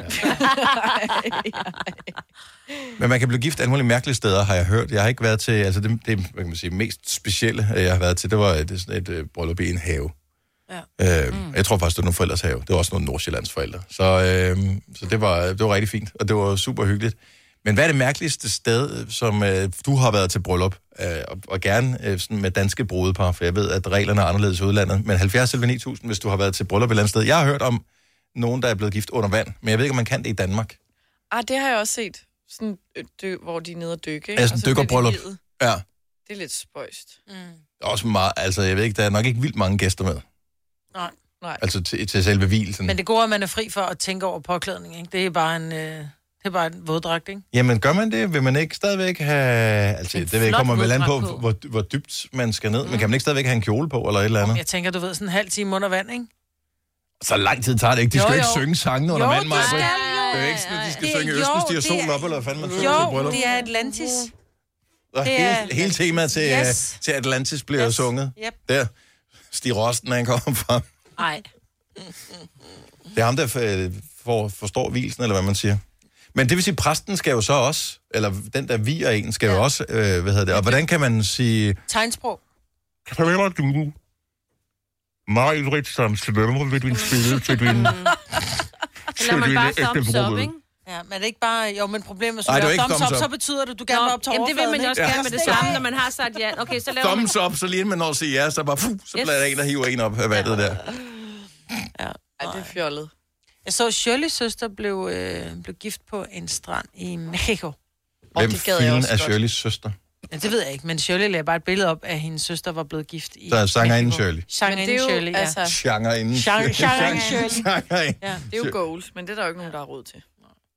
Men man kan blive gift alle mulige mærkelige steder, har jeg hørt. Jeg har ikke været til, altså det hvad kan man sige, mest specielle, jeg har været til, det var et bryllup i en have. Ja. Jeg tror faktisk, det var nogle forældres have. Det var også nogle Nordsjællands forældre. Så det var rigtig fint, og det var super hyggeligt. Men hvad er det mærkeligste sted, som du har været til bryllup, og gerne sådan med danske brudepar, for jeg ved, at reglerne er anderledes i udlandet, men 70-9000, hvis du har været til bryllup et eller andet sted. Jeg har hørt om nogen, der er blevet gift under vand, men jeg ved ikke, om man kan det i Danmark. Det har jeg også set, sådan, hvor de er nede og dykke. Ja, sådan dykkerbryllup. Ja. Det er lidt spøjst. Også meget, altså jeg ved ikke, der er nok ikke vildt mange gæster med. Nej. Altså til selve hvilelsen. Men det gode, at man er fri for at tænke over påklædning, ikke? Det er bare en våddragt, ikke? Jamen, gør man det? Vil man ikke stadigvæk have... Altså, det kommer vel an på, hvor dybt man skal ned. Men kan man ikke stadigvæk have en kjole på, eller et eller andet? Jeg tænker, du ved, sådan en halv time under vand, ikke? Så lang tid tager det ikke. De skal ikke synge sangene under vand, Maja. Det er ikke sådan, at de skal synge Østen stiger solen op, eller hvad fanden man synger til bryllup. Det er Atlantis. Og hele temaet til Atlantis bliver sunget. Yep. Der. Stig Rosten, han kommer fra. Nej. Det er ham, der forstår hvilsen, eller hvad man siger. Men det vil sige, præsten skal jo så også, eller den, der vier en, skal jo også, og hvordan kan man sige... Tegnsprog. Kan du meget som svømmer ved din spil til din... Eller man bare thumbs up, ikke? Ja, men det er ikke bare... Jo, men problemet er, at thumbs up, så betyder det, at du gerne vil op til overfladen. Jamen, det vil man jo også gerne med det samme, når man har sagt ja. Okay, så laver thumbs up, så lige man når siger ja, så bare så bliver der en, der hiver en op af vandet der. Ja, det er fjollet. Jeg så Shirleys søster blev gift på en strand i Mexico. Hvem filen er Shirleys søster? Ja, det ved jeg ikke, men Shirley lagde bare et billede op, at hendes søster var blevet gift i Mexico. Der er sangerinde Shirley. Sangerinde Shirley, ja. Altså... Sangerinde Shirley. Ja, det er jo goals, men det er der jo ikke nogen, der har råd til.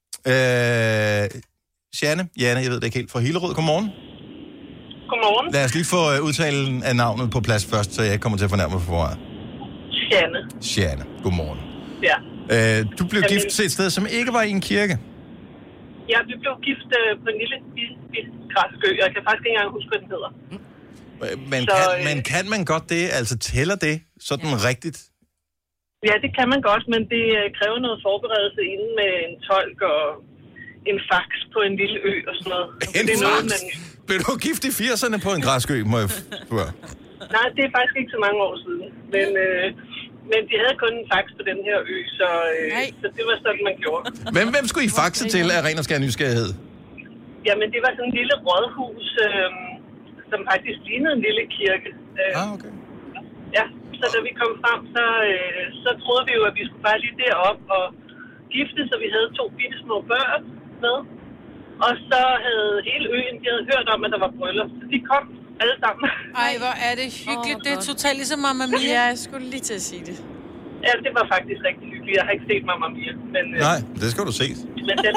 Janne, jeg ved det ikke helt, fra Hillerød. Godmorgen. Godmorgen. Lad os lige få udtalen af navnet på plads først, så jeg ikke kommer til at fornærme mig for meget. Janne, godmorgen. Ja. Du blev gift til et sted, som ikke var i en kirke. Ja, vi blev gift på en lille græsø. Jeg kan faktisk ikke engang huske, hvad den hedder. Men kan man godt det? Altså tæller det sådan rigtigt? Ja, det kan man godt, men det kræver noget forberedelse inden med en tolk og en fax på en lille ø og sådan noget. En fax? Blev du gift i 80'erne på en græsø, må jeg spørge? Nej, det er faktisk ikke så mange år siden. Men Men de havde kun en fax på den her ø, så det var sådan, man gjorde. Hvem skulle I faxe til af ren og skær nysgerrighed? Jamen, det var sådan en lille rådhus, som faktisk lignede en lille kirke. Okay. Ja, så da vi kom frem, så troede vi jo, at vi skulle bare lige derop og gifte, så vi havde 2 bitte små børn med. Og så havde hele øen, de havde hørt om, at der var bryllup. Så de kom alle sammen. Ej, hvor er det hyggeligt. Det er totalt ligesom Mamma Mia. Ja, jeg skulle lige til at sige det. Ja, det var faktisk rigtig hyggeligt. Jeg har ikke set Mamma Mia. Men, nej, det skal du se. Men den...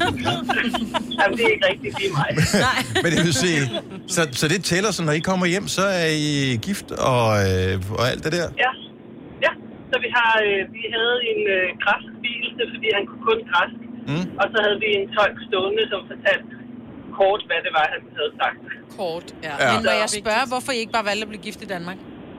Jamen, det er ikke rigtigt, det er mig. Men det vil sige, så det tæller, så når I kommer hjem, så er I gift og alt det der? Ja. Ja, så vi havde en græsk vielse, fordi han kunne kun græsk. Og så havde vi en tolk stående, som fortalte kort, hvad det var, han havde sagt. Kort, ja. Men må jeg spørge, hvorfor I ikke bare valgte at blive gift i Danmark?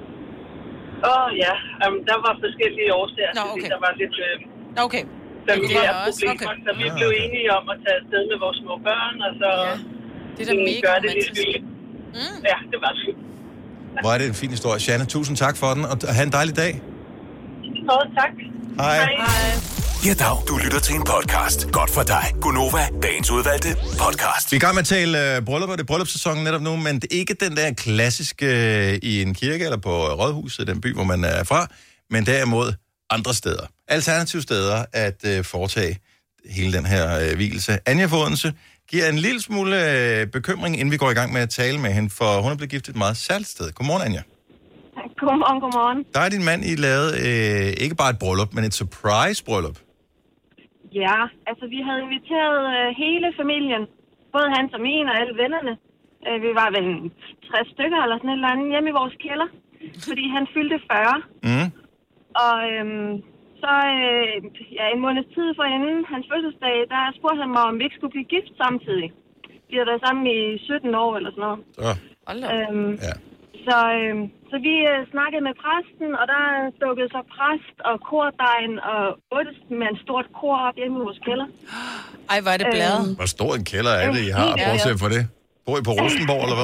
Ja. Der var forskellige årsager. Nå, okay. Der var lidt okay. familiære problemer, så vi blev enige om at tage afsted med vores små børn, og så det er da mega gøre det lidt hyggeligt. Ja, det var det. Hvor er det en fin historie. Shanna, tusind tak for den, og have en dejlig dag. Tak. Hej. Ja, dag. Du lytter til en podcast. Godt for dig. Gonova, dagens udvalgte podcast. Vi er i gang med at tale bryllupper. Det er bryllupssæsonen netop nu, men det er ikke den der klassiske i en kirke eller på rådhuset, den by, hvor man er fra, men derimod andre steder. Alternative steder at foretage hele den her vielse. Anja fra Odense giver en lille smule bekymring, inden vi går i gang med at tale med hende, for hun er blevet giftet et meget særligt sted. Godmorgen, Anja. Godmorgen. Der er din mand, I lavede ikke bare et bryllup, men et surprise-bryllup. Ja, altså vi havde inviteret hele familien, både hans og min og alle vennerne. Vi var vel 60 stykker eller sådan et eller andet hjemme i vores kælder, fordi han fyldte 40. Og så en måneds tid forinden hans fødselsdag, der spurgte han mig, om vi ikke skulle blive gift samtidig. Vi har været sammen i 17 år eller sådan noget. Ja. Så vi snakkede med præsten, og der dukkede så præst og kordejen og 8 med en stort kor op hjemme i vores kælder. Ej, hvor er det bladet. Hvor stor en kælder er det, I har? Bortset for det. Bor I på Rosenborg, eller hvad?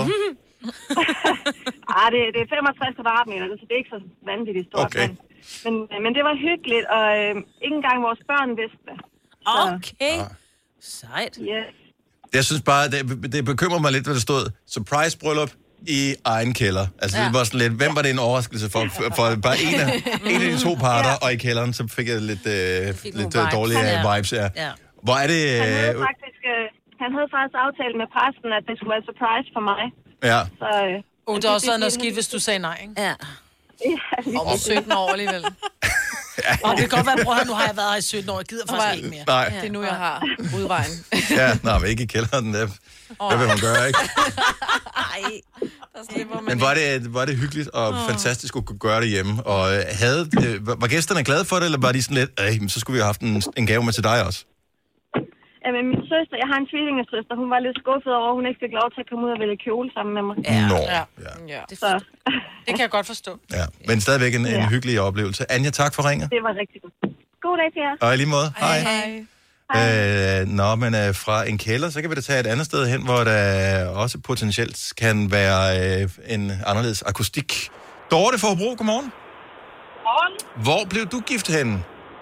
Det er 65 kvadratmeter, så det er ikke så vanvittigt stort. Okay. Men det var hyggeligt, og ikke engang vores børn vidste det. Okay. Sejt. Yes. Jeg synes bare, det bekymrer mig lidt, hvad der stod. Surprise-bryllup i egen kælder. Altså, det var sådan lidt, hvem var det en overraskelse for bare en af de 2 parter, og i kælderen, så fik jeg lidt dårlige vibes. Ja. Hvor er det... Han havde faktisk aftalt med præsten, at det skulle være surprise for mig. Ja. Så, der er også noget skidt, hvis du sagde nej, ikke? Ja. Om 17 år alligevel. Og det kan godt være, bror, nu har jeg været her i 17 år, jeg gider faktisk ikke mere. Nej. Det er nu, jeg har udregn. Men ikke i kælderen. Hvad vil man gøre, ikke? Men var det hyggeligt og fantastisk at kunne gøre det hjemme. Og var gæsterne glade for det, eller var de sådan lidt, så skulle vi have haft en gave med til dig også? Jamen, min søster, jeg har en tvillingesøster, hun var lidt skuffet over, at hun ikke fik lov til at komme ud og vælge kjole sammen med mig. Ja. Det kan jeg godt forstå. Ja, men stadigvæk en hyggelig oplevelse. Anja, tak for ringet. Det var rigtig godt. God dag til jer. Og i lige måde. Hej. Men fra en kælder, så kan vi da tage et andet sted hen, hvor der også potentielt kan være en anderledes akustik. Dorte fra Hobro, godmorgen. Godmorgen. Hvor blev du gift henne?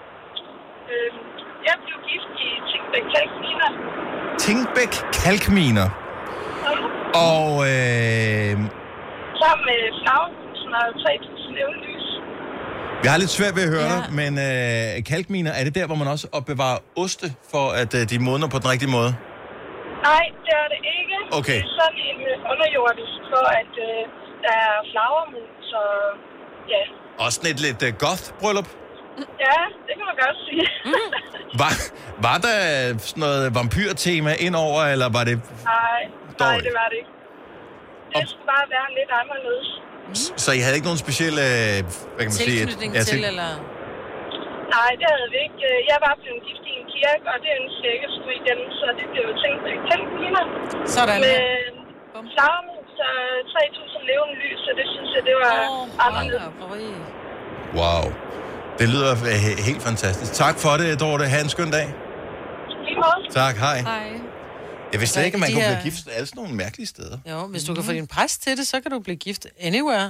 Jeg blev gift i Tingbæk Kalkminer. Tingbæk Kalkminer. Og sammen med Flaghusen og 3.000 levende. vi har lidt svært ved at høre dig, men kalkminer, er det der, hvor man også opbevarer oste, for at de modner på den rigtige måde? Nej, det er det ikke. Okay. Det er sådan en underjordisk, for at der er flagermus, så ja. Og sådan et lidt goth-bryllup? Ja, det kan man godt sige. Var der sådan noget vampyrtema indover, eller var det... Nej, det var det ikke. Det skulle bare være lidt anderledes. Så I havde ikke nogen speciel, hvad kan man sige... Tilknytning til, eller... Nej, det havde vi ikke. Jeg var blevet gift i en kirke, og det ønskede jeg ikke at skulle igen, så det blev tænkt Kalkminer. Sådan. Med flagermus og 3.000 levende lys, så det synes jeg, det var anderledes. Wow. Det lyder helt fantastisk. Tak for det, Dorte. Ha' en skøn dag. Lige måde. Tak, hej. Hej. Jeg vidste ikke, at man kunne blive gift alle sådan nogle mærkelige steder. Jo, hvis du kan få din præst til det, så kan du blive gift anywhere.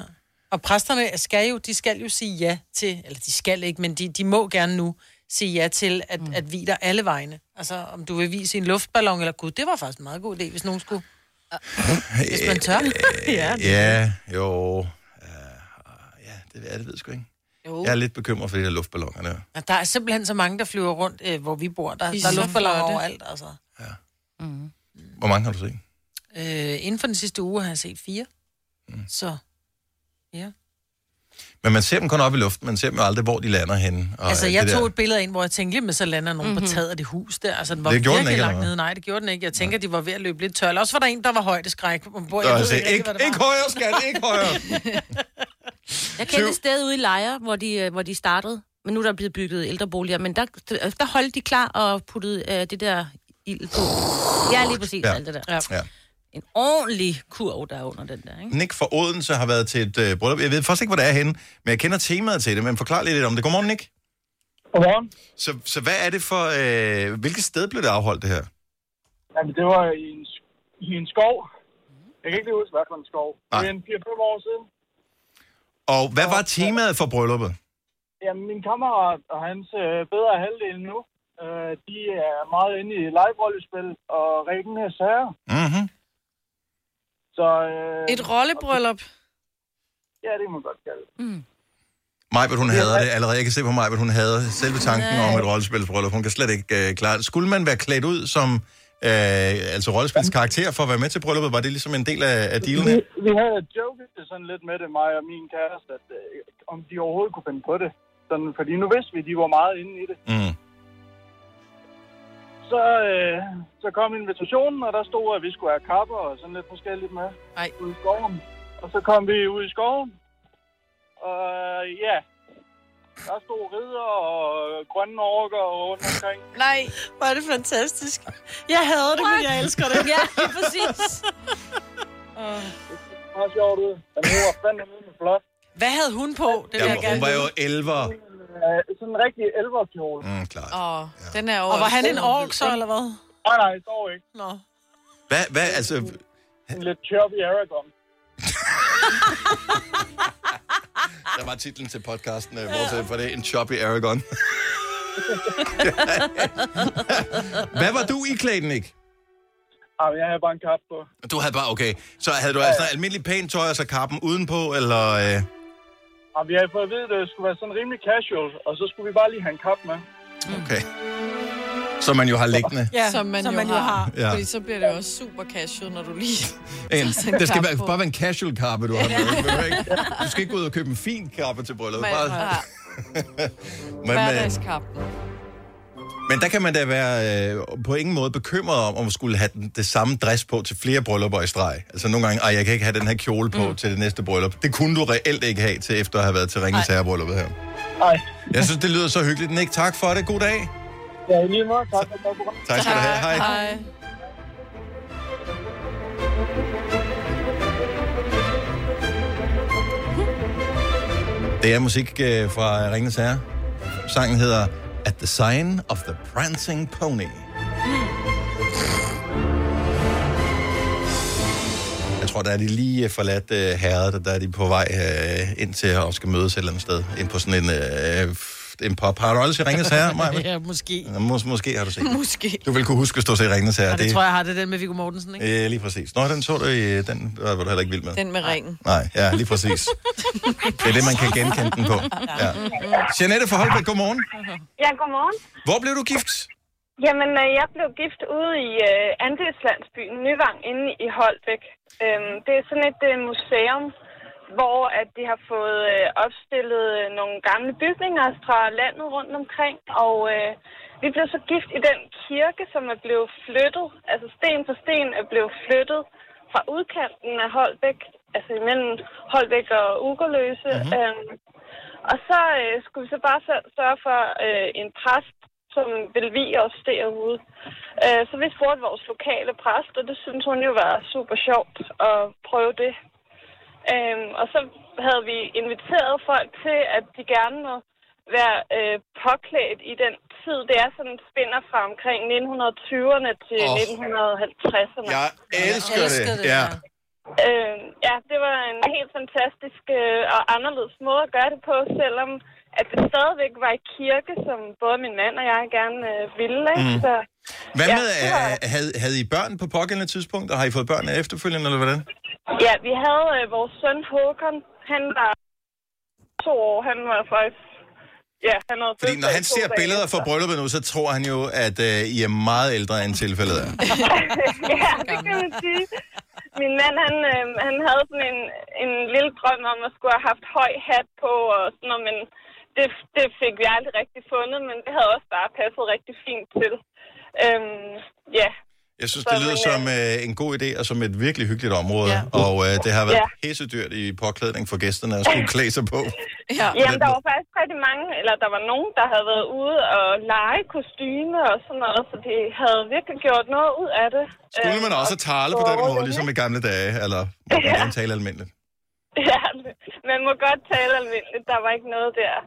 Og præsterne skal jo sige ja til, eller de skal ikke, men de må gerne nu sige ja til at vie dig alle vegne. Altså, om du vil vise en luftballon eller gud, det var faktisk en meget god idé, hvis nogen skulle. Hvis man tør. Ja, jo. Det ved jeg sgu ikke. Jo. Jeg er lidt bekymret for de der luftballoner der. Ja, der er simpelthen så mange, der flyver rundt, hvor vi bor. Der er luftballoner overalt, altså. Ja. Hvor mange har du set? Inden for den sidste uge har jeg set 4. Så, ja. Men man ser dem kun op i luften, man ser dem jo aldrig, hvor de lander henne. Og altså, jeg tog et billede ind, hvor jeg tænkte, men så lander nogen på taget af det hus der. Altså, den var virkelig ikke, langt nede. Nej, det gjorde den ikke. Jeg tænker, de var ved at løbe lidt tør. Også var der en, der var højdeskræk. Ikke højere, skat, ikke højere. Jeg kendte et sted ude i Lejre, hvor de startede. Men nu er der blevet bygget ældreboliger. Men der holdt de klar og puttede det der ild på. Ja, lige præcis alt det der. Ja. En ordentlig kurv, der er under den der, ikke? Nick fra Odense har været til et bryllup. Jeg ved faktisk ikke, hvor det er henne, men jeg kender temaet til det, men forklar lidt om det. Godmorgen, Nick. Godmorgen. Så hvad er det for... hvilket sted blev det afholdt, det her? Jamen, det var i en skov. Jeg kan ikke lige huske, hvad for en skov. Det er en 4-5 år siden. Og hvad var temaet for brylluppet? Jamen, min kammerat og hans bedre halvdel nu, de er meget inde i live-rollespil og Ringenes Herre. Mhm. Så, et rollebryllup? Ja, det må man godt kalde det. Majbert, hun hader det allerede. Jeg kan se på Majbert, hun hader selve tanken om et rollespilsbryllup. Hun kan slet ikke klare det. Skulle man være klædt ud som altså rollespilskarakter for at være med til brylluppet? Var det ligesom en del af dealen? Vi havde joket sådan lidt med det, mig og min kæreste, at om de overhovedet kunne finde på det. Sådan, fordi nu vidste vi, at de var meget inde i det. Så kom invitationen, og der stod, at vi skulle have kapper og sådan lidt forskelligt med ude i skoven. Og så kom vi ud i skoven, og der stod ridder og grønne orker rundt omkring. Nej, hvor er det fantastisk. Jeg hader det, men jeg elsker det. Ja, præcis. Det var sjovt ud. Men hun var fandme flot. Hvad havde hun på? Hun var jo elver. Sådan en rigtig elverkjole. Klart. Den er og var han en ork så, eller hvad? Nej, dog ikke. Nå. Hvad, altså... En lidt choppy Aragorn. Der var titlen til podcasten, for det er en choppy Aragorn. Hvad var du i klæden, ikke? Jeg havde bare en kap på. Du havde bare, okay. Så havde du altså almindelig pænt tøj, og så kappen udenpå, eller... Vi havde fået at vide, at det skulle være sådan rimelig casual, og så skulle vi bare lige have en kap med. Okay. Som man jo har liggende. Ja, som man jo har. Ja. Fordi så bliver det også super casual, når du lige... Det skal bare være en casual kappe, du har med. Du skal ikke gå ud og købe en fin kappe til brylluppet. Hverdagskappen. Men der kan man da være på ingen måde bekymret om at skulle have det samme dress på til flere bryllupper i streg. Altså nogle gange, jeg kan ikke have den her kjole på til det næste bryllup. Det kunne du reelt ikke have til efter at have været til Ringenes Herre-brylluppet her. Nej. Jeg synes, det lyder så hyggeligt. Nick, tak for det. God dag. Ja, lige måde. Tak for det. Tak skal du have. Hej. Det er musik fra Ringenes Herre. Sangen hedder At the Sign of the Prancing Pony. Jeg tror, der er de lige forladt herret, der er de på vej ind til at skal mødes et eller andet sted. Ind på sådan en pop. Har du aldrig set Ringenes Herre, Maja? Ja, måske. Måske har du set. Måske. Du vil kunne huske at stå og se Ringenes Herre. Ja, det tror jeg har det den med Viggo Mortensen, ikke? Lige præcis. Nå, den så du i... Den var du heller ikke vild med. Den med ringen. Nej, ja, lige præcis. Det er det, man kan genkende den på. Ja. Jeanette fra Holbæk, godmorgen. Ja, godmorgen. Hvor blev du gift? Jamen, jeg blev gift ude i andelslandsbyen Nyvang inde i Holbæk. Det er sådan et museum, hvor at de har fået opstillet nogle gamle bygninger fra landet rundt omkring, og vi blev så gift i den kirke, som er blevet flyttet, altså sten for sten er blevet flyttet fra udkanten af Holbæk, altså imellem Holbæk og Ugerløse. Og så skulle vi så bare sørge for en præst, som ville vie os derude. Så vi spurgte vores lokale præst, og det synes hun jo var super sjovt at prøve det. Og så havde vi inviteret folk til, at de gerne må være påklædt i den tid. Det er sådan en spænder fra omkring 1920'erne til 1950'erne. Jeg elsker det. Ja. Ja, det var en helt fantastisk og anderledes måde at gøre det på, selvom at det stadigvæk var i kirke, som både min mand og jeg gerne ville. Ikke? Så, hvad med, havde I børn på pågældende tidspunkt, og har I fået børn efterfølgende, eller hvordan? Ja, vi havde vores søn Håkon. Han var 2 år. Han var faktisk... Ja, han havde fordi når han ser billeder fra brylluppet nu, så tror han jo, at I er meget ældre, end tilfældet er. Ja, det kan man sige. Min mand, han havde sådan en lille drøm om at skulle have haft høj hat på og sådan noget, men det fik vi aldrig rigtig fundet, men det havde også bare passet rigtig fint til. Ja. Jeg synes, det lyder som en god idé og som et virkelig hyggeligt område, og det har været pissedyrt i påklædning for gæsterne at skulle klæde sig på. Jamen, der var faktisk rigtig mange, eller der var nogen, der havde været ude og lege kostyme og sådan noget, så de havde virkelig gjort noget ud af det. Skulle man også tale på den måde, ligesom i gamle dage, eller må man tale almindeligt? Ja, man må godt tale almindeligt, der var ikke noget der.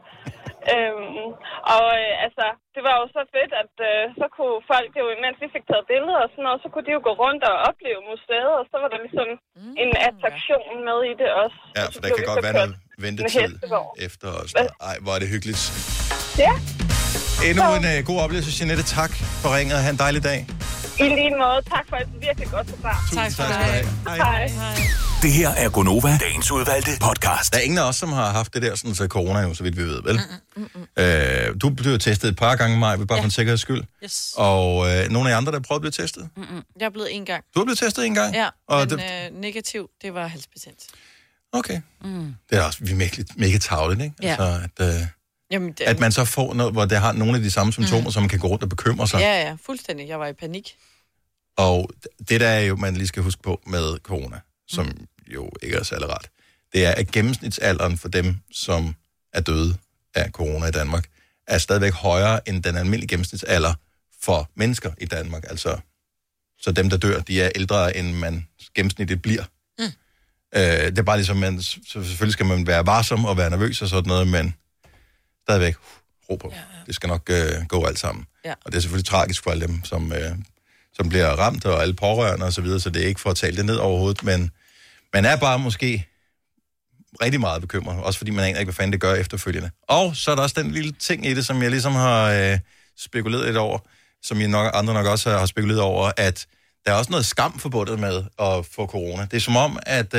Altså, det var jo så fedt, at så kunne folk jo, mens vi fik taget billeder og sådan noget, så kunne de jo gå rundt og opleve museet, og så var der ligesom en attraktion med i det også. Ja, for der kan godt være noget ventetid efter os. Ej, hvor er det hyggeligt. Ja. Endnu en god oplevelse, Jeanette. Tak for ringet, og have en dejlig dag. I lige måde. Tak for et virkelig godt program. Tak for det. Hej. Det her er Gonova, dagens udvalgte podcast. Der er ingen af os, som har haft det der, sådan så corona jo, så vidt vi ved, vel? Du blev testet et par gange, Maja, bare for en sikkerheds skyld. Yes. Og nogle af jer andre, der prøvede at blive testet? Jeg er blevet 1 gang. Du er blevet testet 1 gang? Ja, og men negativ, det var halsbetændelse. Okay. Det er også mega tarveligt, ikke? Ja. Altså, at man så får noget, hvor det har nogle af de samme symptomer, som man kan gå rundt og bekymre sig. Ja, fuldstændig. Jeg var i panik. Og det der er jo, man lige skal huske på med corona, som jo ikke er særlig ret, det er, at gennemsnitsalderen for dem, som er døde af corona i Danmark, er stadigvæk højere end den almindelige gennemsnitsalder for mennesker i Danmark. Altså, så dem, der dør, de er ældre, end man gennemsnitligt bliver. Det er bare ligesom, så selvfølgelig skal man være varsom og være nervøs og sådan noget, men stadigvæk ro på. Det skal nok gå alt sammen. Ja. Og det er selvfølgelig tragisk for alle dem, som bliver ramt, og alle pårørende og så videre, så det er ikke for at tale det ned overhovedet, men man er bare måske rigtig meget bekymret, også fordi man aner ikke, hvad fanden det gør efterfølgende. Og så er der også den lille ting i det, som jeg ligesom har spekuleret lidt over, som andre nok også har spekuleret over, at der er også noget skam forbundet med at få corona. Det er som om, at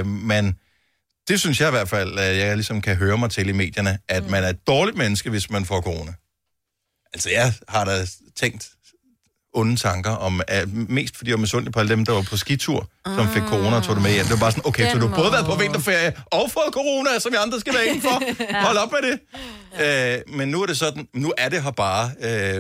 det synes jeg i hvert fald, at jeg ligesom kan høre mig til i medierne, at man er et dårligt menneske, hvis man får corona. Altså, jeg har da tænkt onde tanker om, mest fordi jeg var misundelig på alle dem, der var på skitur, som fik corona og tog det med hjem. Det var bare sådan, okay, så du har både været på vinterferie og fået corona, som vi andre skal være indenfor. Hold op med det. Men nu er det sådan, nu er det her bare.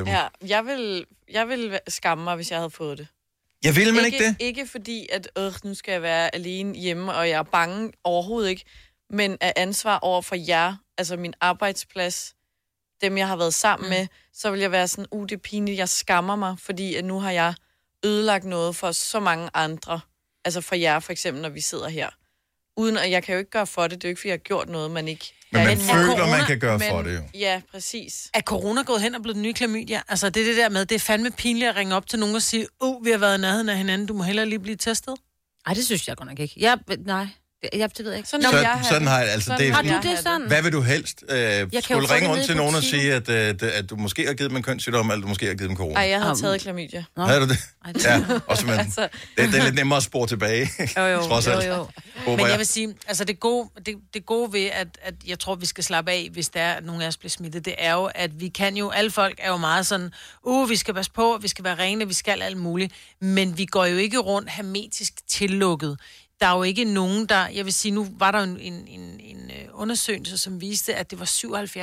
Jeg vil skamme mig, hvis jeg havde fået det. Jeg vil man ikke det? Ikke fordi, at nu skal jeg være alene hjemme, og jeg er bange overhovedet ikke, men af ansvar over for jer, altså min arbejdsplads, dem jeg har været sammen med, så vil jeg være sådan, det er pinligt, jeg skammer mig, fordi at nu har jeg ødelagt noget for så mange andre. Altså for jer for eksempel, når vi sidder her. Uden at jeg kan jo ikke gøre for det, det er jo ikke, fordi jeg har gjort noget, man ikke... Men man føler, man kan gøre for det jo. Ja, præcis. Er corona gået hen og blevet den nye klamydia? Altså det er det der med, det er fandme pinligt at ringe op til nogen og sige, vi har været i nærheden af hinanden, du må hellere lige blive testet. Ej, det synes jeg godt nok ikke. Nej. Det ved jeg ikke. Sådan har jeg altså. Har du det sådan? Hvad vil du helst? Skulle ringe rundt til nogen og sige, at du måske har givet dem en kønssygdom, eller du måske har givet dem corona? Nej, jeg har taget klamydia. Havde du det? Ja, også men det er lidt nemmere at spore tilbage. Trods alt. Jo. Men jeg vil sige, altså det gode ved, at jeg tror, vi skal slappe af, hvis der er nogen af os bliver smittet, det er jo, at vi kan jo, alle folk er jo meget sådan, vi skal passe på, vi skal være rene, vi skal alt muligt, men vi går jo ikke rundt hermetisk tillukket. Der er jo ikke nogen, jeg vil sige, nu var der en undersøgelse, som viste, at det var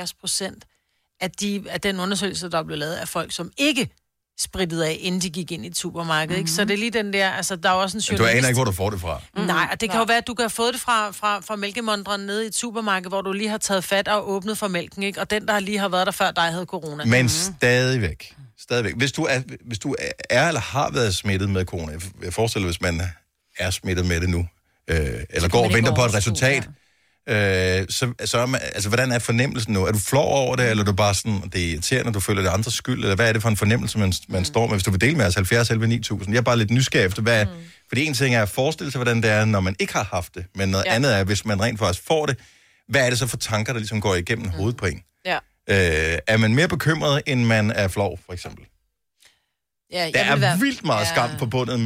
77% af den undersøgelse, der blev lavet af folk, som ikke sprittede af, inden de gik ind i et supermarked. Ikke? Så det er lige den der, altså der er også en journalist... Du aner ikke, hvor du får det fra. Nej, og det kan jo være, at du kan have fået det fra mælkemondren nede i et supermarked, hvor du lige har taget fat og åbnet for mælken, ikke? Og den, der lige har været der før dig, havde corona. Men stadigvæk. Hvis du er eller har været smittet med corona, jeg forestiller, hvis man er smittet med det nu, eller går og venter på et resultat, altså, hvordan er fornemmelsen nu? Er du flov over det, eller er du bare sådan, det er irriterende, du føler det andres skyld, eller hvad er det for en fornemmelse, man står med? Hvis du vil dele med os, 70 11 9000. Jeg er bare lidt nysgerrig efter, hvad fordi en ting er at forestille sig, hvordan det er, når man ikke har haft det, men noget andet er, hvis man rent faktisk får det, hvad er det så for tanker, der ligesom går igennem hovedet på en? Ja. Er man mere bekymret, end man er flov, for eksempel? Ja, der er vildt meget skam forbundet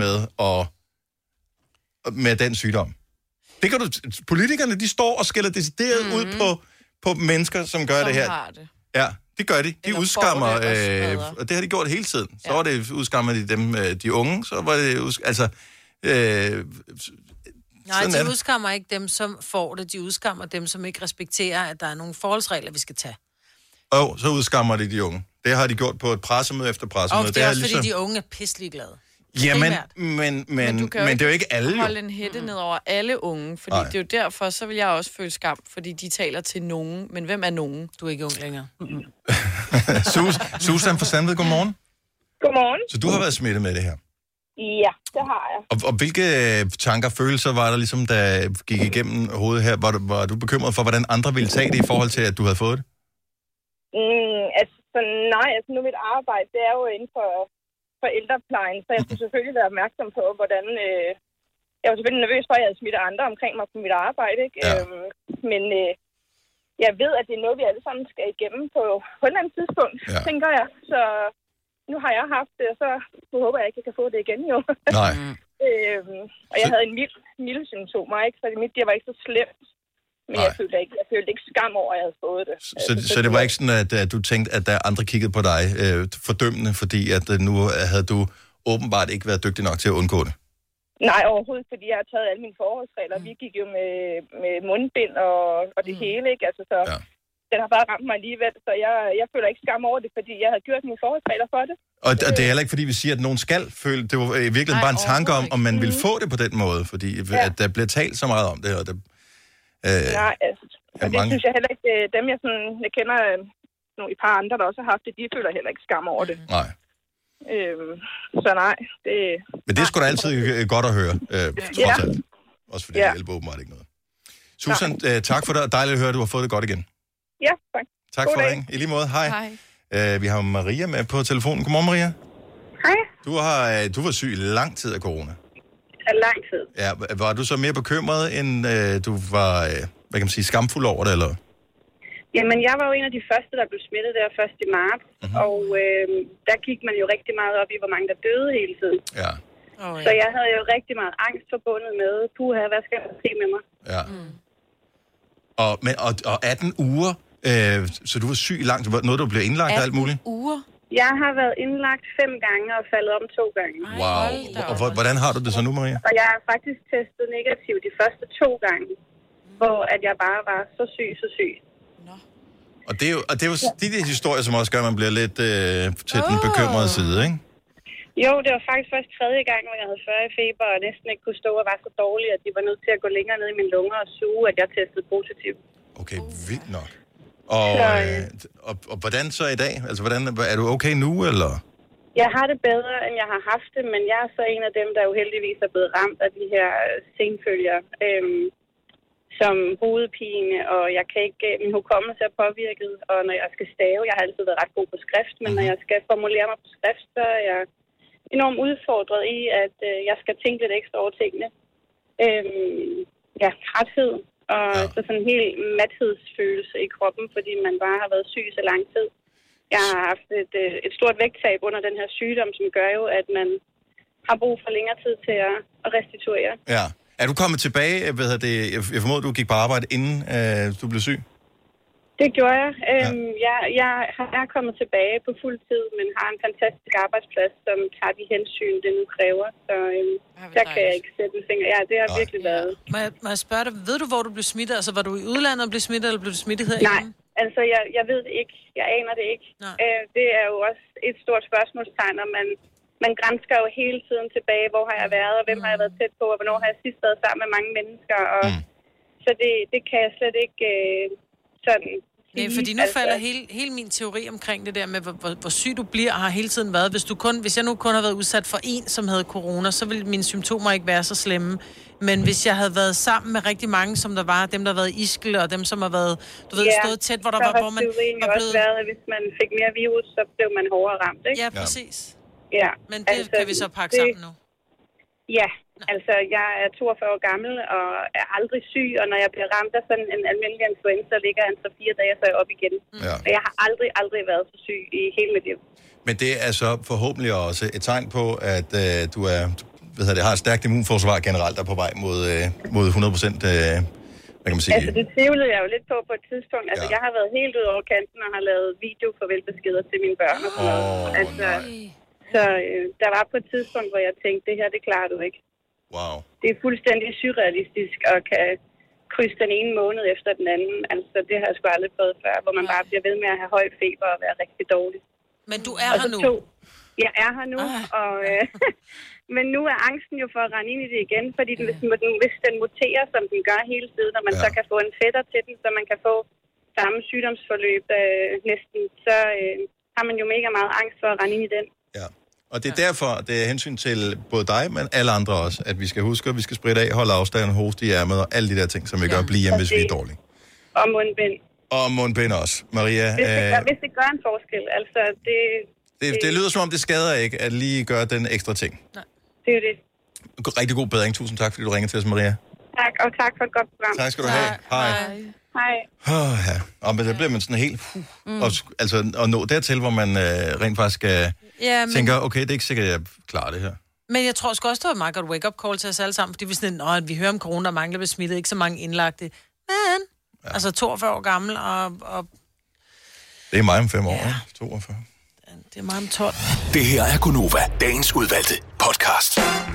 med den sygdom. Det kan du, politikerne, de står og skælder decideret ud på mennesker, som gør det her. Det. Ja, det gør de. De udskammer, og det har de gjort hele tiden. Så var det udskammer de dem, de unge, så var det nej, de udskammer ikke dem, som får det. De udskammer dem, som ikke respekterer, at der er nogle forholdsregler, vi skal tage. Så udskammer de unge. Det har de gjort på et pressemøde efter pressemøde. Og det er også fordi, de unge er pisselig glade. Ja, men det er jo ikke alle. Du kan holde en hætte ned over alle unge, fordi det er jo derfor, så vil jeg også føle skam, fordi de taler til nogen. Men hvem er nogen? Du er ikke ung længere. Susan fra Sandved, godmorgen. Godmorgen. Så du har været smittet med det her? Ja, det har jeg. Og hvilke tanker og følelser var der ligesom, der gik igennem hovedet her? Var du bekymret for, hvordan andre ville tage det i forhold til, at du havde fået det? Nu mit arbejde, det er jo inden for ældreplejen, så jeg skulle selvfølgelig være opmærksom på, hvordan... jeg var selvfølgelig nervøs for, at jeg havde smittet andre omkring mig på mit arbejde, ikke? Ja. Men jeg ved, at det er noget, vi alle sammen skal igennem på et eller andet tidspunkt, tænker jeg. Så nu har jeg haft det, og så håber jeg ikke, at jeg kan få det igen, jo. Nej. Og jeg havde en milde symptomer, ikke? Så det var ikke så slemt. Men jeg følte ikke skam over, at jeg havde fået det. Så det var ikke sådan, at du tænkte, at der andre kiggede på dig fordømmende, fordi at nu havde du åbenbart ikke været dygtig nok til at undgå det? Nej, overhovedet, fordi jeg har taget alle mine forholdsregler. Vi gik jo med mundbind og det hele, ikke? Altså, så den har bare ramt mig alligevel, så jeg føler ikke skam over det, fordi jeg havde gjort mine forholdsregler for det. Og det er heller ikke, fordi vi siger, at nogen skal føle, det var i virkeligheden bare en tanke om man ville få det på den måde, fordi at der bliver talt så meget om det, og nej, altså, og det synes jeg heller ikke, dem jeg kender et par andre, der også har haft det, de føler heller ikke skam over det. Nej. Så nej, det... Men det er sgu da altid godt at høre, trods alt. Også fordi det hjælper åbenbart ikke noget. Susan, tak for det, og dejligt at høre, at du har fået det godt igen. Ja, tak. Tak for det. I lige måde, hej. Vi har Maria med på telefonen. Godmorgen, Maria. Hej. Du var syg i lang tid af corona. Lang tid. Ja, var du så mere bekymret, end du var, hvad kan man sige, skamfuld over det, eller? Jamen, jeg var jo en af de første, der blev smittet der først i marts, og der gik man jo rigtig meget op i, hvor mange der døde hele tiden. Ja. Så jeg havde jo rigtig meget angst forbundet med, puha, hvad skal der ske med mig? Ja. Og 18 uger, så du var syg i lang tid, noget du blev indlagt og alt muligt? 18 uger? Jeg har været indlagt 5 gange og faldet om 2 gange. Wow. Og hvordan har du det så nu, Maria? Og jeg har faktisk testet negativ de første 2 gange, hvor at jeg bare var så syg. Og det er jo de historier, som også gør, at man bliver lidt til den bekymrede side, ikke? Jo, det var faktisk først 3. gang, hvor jeg havde 40 feber og næsten ikke kunne stå og var så dårlig, at de var nødt til at gå længere ned i mine lunger og suge, at jeg testede positiv. Okay, vildt nok. Og hvordan så i dag? Altså, er du okay nu, eller? Jeg har det bedre, end jeg har haft det, men jeg er så en af dem, der uheldigvis er blevet ramt af de her senfølger, som hovedpine, og jeg kan ikke, min hukommelse er påvirket, og når jeg skal stave, jeg har altid været ret god på skrift, men når jeg skal formulere mig på skrift, så er jeg enormt udfordret i, at jeg skal tænke lidt ekstra over tingene. Træthed, og så sådan en helt mathedsfølelse i kroppen, fordi man bare har været syg så lang tid. Jeg har haft et stort vægttab under den her sygdom, som gør jo, at man har brug for længere tid til at restituere. Ja. Er du kommet tilbage, jeg formoder, du gik på arbejde, inden du blev syg? Det gjorde jeg. Jeg er kommet tilbage på fuld tid, men har en fantastisk arbejdsplads, som tager de hensyn, det nu kræver. Så der kan jeg ikke sætte en finger. Ja, det har virkelig været. Må jeg spørge dig, ved du, hvor du blev smittet? Altså, var du i udlandet og blev smittet, eller blev du smittet herhjemme? Nej, altså, jeg ved det ikke. Jeg aner det ikke. Det er jo også et stort spørgsmålstegn, og man gransker jo hele tiden tilbage, hvor har jeg været, og hvem har jeg været tæt på, og hvornår har jeg sidst været sammen med mange mennesker. Og så det kan jeg slet ikke sådan sige. Nej, fordi nu falder hele min teori omkring det der med, hvor syg du bliver, har hele tiden været. Hvis jeg nu kun har været udsat for en, som havde corona, så ville mine symptomer ikke være så slemme. Men hvis jeg havde været sammen med rigtig mange, som der var, dem der har været i Ischgl, og dem som har været, stået tæt, hvor man var blevet... Så har også været, at hvis man fik mere virus, så blev man hårdere ramt, ikke? Ja, præcis. Ja. Men det kan vi så pakke sammen nu. Ja, altså jeg er 42 år gammel og er aldrig syg, og når jeg bliver ramt af sådan en almindelig influenza, ligger jeg 3-4 dage, så er jeg op igen. Ja. Og jeg har aldrig været så syg i hele mit liv. Men det er så forhåbentlig også et tegn på, at du har et stærkt immunforsvar generelt, der er på vej mod 100%, hvad kan man sige? Altså det tvivlede jeg jo lidt på et tidspunkt. Altså jeg har været helt ude over kanten og har lavet farvelbeskeder til mine børn og sådan noget. Så der var på et tidspunkt, hvor jeg tænkte, det her, det klarer du ikke. Wow. Det er fuldstændig surrealistisk og kan krydse den ene måned efter den anden. Altså, det har jeg sgu aldrig prøvet før, hvor man bare bliver ved med at have høj feber og være rigtig dårlig. Men du er her nu? Jeg er her nu, og, men nu er angsten jo for at rende ind i det igen, fordi hvis den muterer, som den gør hele tiden, og man så kan få en fætter til den, så man kan få samme sygdomsforløb næsten, så har man jo mega meget angst for at rende ind i den. Ja. Og det er derfor, det er hensyn til både dig, men alle andre også, at vi skal huske, at vi skal spritte af, holde afstand, hoste i ærmet og alle de der ting, som vi gør, blive hjemme, hvis vi er dårlige. Og mundbind. Og mundbind også. Maria... Hvis det gør en forskel, altså det lyder som om, det skader ikke, at lige gøre den ekstra ting. Nej. Det er det. Rigtig god bedring. Tusind tak, fordi du ringer til os, Maria. Tak, og tak for et godt program. Tak skal du have. Hej. Hej. Og men der bliver man sådan helt... Og nå dertil, hvor man rent faktisk skal... tænker, okay, det er ikke sikkert, at jeg klarer det her. Men jeg tror også, det var et meget godt wake-up call til os alle sammen, fordi vi sådan, at vi hører om corona, der mangler ved smittet, ikke så mange indlagte. Men, altså 42 år gammel, og... Det er mig om 5 år, ikke? 42. Det er mig om 12. Det her er Gonova, dagens udvalgte podcast.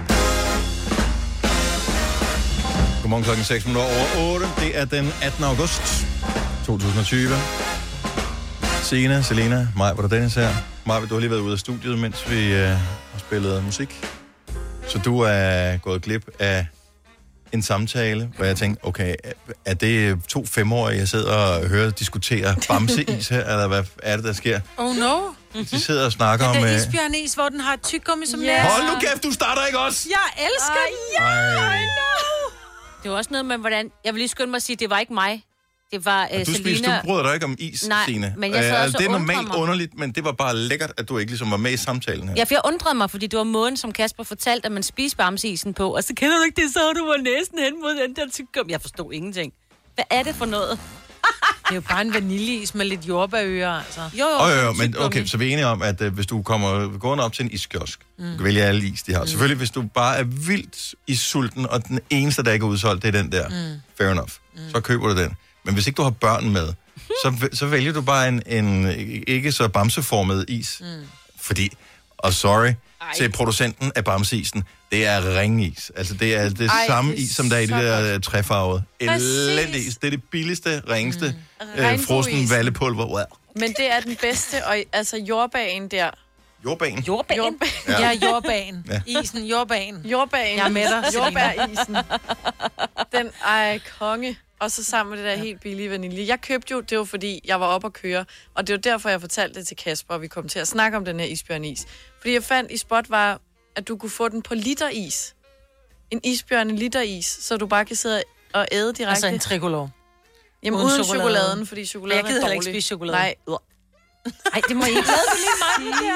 Godmorgen klokken 6:08. Det er den 18. august 2020. Signe, Selena, mig, hvor der Dennis her. Maja, du har lige været ude af studiet, mens vi har spillet musik. Så du er gået glip af en samtale, hvor jeg tænkte, okay, er det 2 5-årige, jeg sidder og hører diskutere bamseis her, eller hvad er det, der sker? Oh no. De sidder og snakker om... Det er isbjørnis, hvor den har et tyggegummi som næse. Hold nu kæft, du starter ikke også? Jeg elsker den. Ja, I know. Det var også noget med, hvordan... Jeg vil lige skynde mig at sige, det var ikke mig. Det var Selina... Du bryder dig ikke om is, nej, Signe. Men jeg sad også det er normalt underligt, men det var bare lækkert, at du ikke ligesom var med i samtalen her. Ja, for jeg undrede mig, fordi det var måden, som Kasper fortalte, at man spiser bamseisen på. Og så kender du ikke det, så du var næsten hen mod den der tyggegummi. Jeg forstod ingenting. Hvad er det for noget? Det er jo bare en vaniljeis med lidt jordbærører, altså. Jo, men okay, så vi er enige om, at hvis du kommer gående op til en iskiosk, du kan vælge alle is, de har. Selvfølgelig, hvis du bare er vildt i sulten, og den eneste, der ikke er udsolgt, det er den der. Fair enough. Så køber du den. Men hvis ikke du har børn med, så vælger du bare en ikke så bamseformet is. Fordi, og sorry, til producenten af bamseisen, det er ringis. Altså, det er det samme is, som der er i det der træfarvede. Elendig is. Det er det billigste, ringeste frossen vallepulver. Wow. Men det er den bedste, og altså jordbagen der. Jordbagen? Ja, jordbagen. Ja. Isen, jordbagen. Jordbagen. Jeg er med dig, jordbærisen. Den konge. Og så sammen med det der helt billige vanilje. Jeg købte jo, det var fordi, jeg var oppe at køre, og det var derfor, jeg fortalte det til Kasper, og vi kom til at snakke om den her isbjørnis. Fordi jeg fandt i Spot var, at du kunne få den på literis. En isbjørn literis, så du bare kan sidde og æde direkte. Altså en tricolor. Jamen uden chokoladen, fordi chokoladen er dårlig. Jeg gider ikke spise chokolade. Nej. Ej, det må I ikke lade lige meget,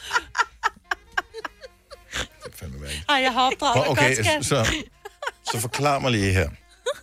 det er Ej, jeg har opdraget okay, så forklar mig lige her.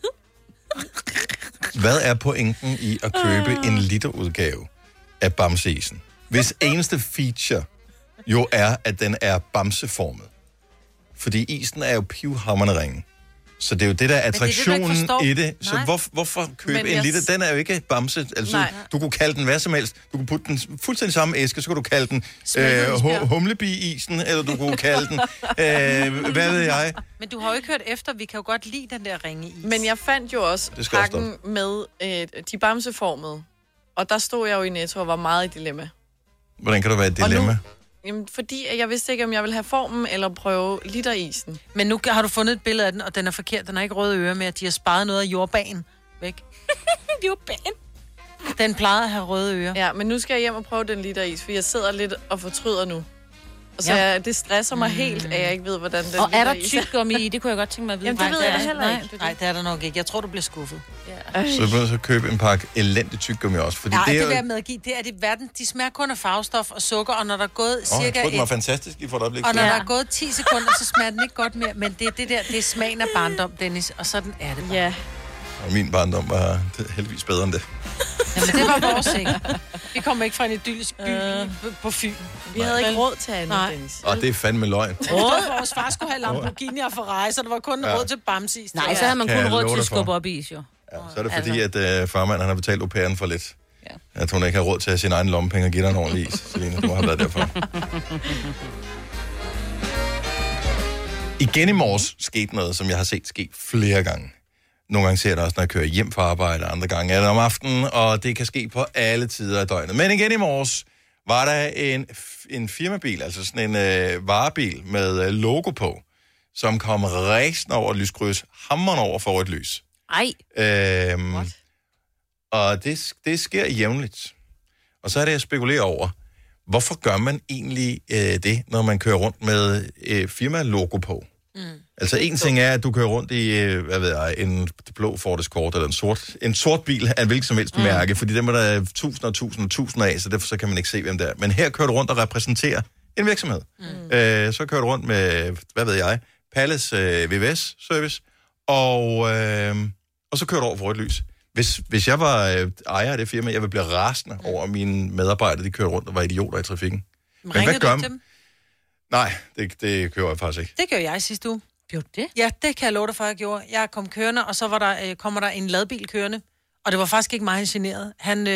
Hvad er pointen i at købe en literudgave af bamseisen? Hvis eneste feature jo er, at den er bamseformet. Fordi isen er jo pivhamrende ringe. Så det er jo det, der er attraktionen i det. Så hvorfor købe en liter? Den er jo ikke bamse. Altså, du kunne kalde den hvad som helst. Du kunne putte den fuldstændig samme æske, så kunne du kalde den humlebi-isen, eller du kunne kalde den, hvad ved jeg. Men du har jo ikke hørt efter, vi kan jo godt lide den der ringe is. Men jeg fandt jo også pakken med de bamseformede. Og der stod jeg jo i Netto og var meget i dilemma. Hvordan kan du være et dilemma? Jamen, fordi jeg vidste ikke, om jeg ville have formen eller prøve literisen. Men nu har du fundet et billede af den, og den er forkert. Den har ikke røde ører med, at de har sparet noget af jordbagen væk. Jordbagen? Den plejede at have røde ører. Ja, men nu skal jeg hjem og prøve den literis, for jeg sidder lidt og fortryder nu. Og så det stresser mig helt, at jeg ikke ved, hvordan den og er der tyggegummi i? Det kunne jeg godt tænke mig at vide. Jamen, det ved jeg heller ikke. Nej, det er der nok ikke. Jeg tror, du bliver skuffet. Ja. Så du så købe en pakke elendig tyggegummi også. Fordi det er vil jeg medgive. Det er det verden. De smager kun af farvestof og sukker, og når der er gået cirka... Jeg tror, den var fantastisk i for et øjeblik. Og når der er gået 10 sekunder, så smager den ikke godt mere. Men det er det der, det er smagen af barndom, Dennis. Og sådan er det bare. Ja. Og min barndom var heldigvis bedre end det. Jamen, det var vores ikke. Vi kom ikke fra en idyllisk by på Fyn. Vi havde ikke råd til andet, Dennis. Og det er fandme løgn. Vores far skulle have Lamborghini og Ferrari, så der var kun råd til bamsis. Nej, så havde man kun råd til at skubbe op is, jo. Ja, så er det fordi, at farmand han har betalt au pairen for lidt. Ja. At hun ikke har råd til at have sin egen lommepenge og give dig en ordentlig is. Selina, du har været derfor. Igen i morges skete noget, som jeg har set ske flere gange. Nogle gange ser jeg det også, når jeg kører hjem fra arbejde, andre gange er det om aftenen, og det kan ske på alle tider af døgnet. Men igen i morges var der en firmabil, altså sådan en varebil med logo på, som kom ræsende over et lyskryds, hammeren over for et lys. Ej. Og det sker jævnligt. Og så er det, jeg spekulerer over, hvorfor gør man egentlig det, når man kører rundt med firma-logo på? Altså en ting er, at du kører rundt i, en blå Ford Escort eller en sort bil af hvilket som helst mærke, fordi dem er der tusinder af, så derfor så kan man ikke se, hvem det er. Men her kører du rundt og repræsenterer en virksomhed. Så kører du rundt med, Palles VVS-service, og så kører du over for et lys. Hvis jeg var ejer af det firma, jeg ville blive rasende over mine medarbejdere, de kører rundt og var idioter i trafikken. Men hvad gør dem? Nej, det kører jeg faktisk ikke. Det gjorde jeg sidste uge. Gjorde det? Ja, det kan jeg love dig for, jeg gjorde. Jeg kom kørende, og så kommer der en ladbil kørende. Og det var faktisk ikke meget generet.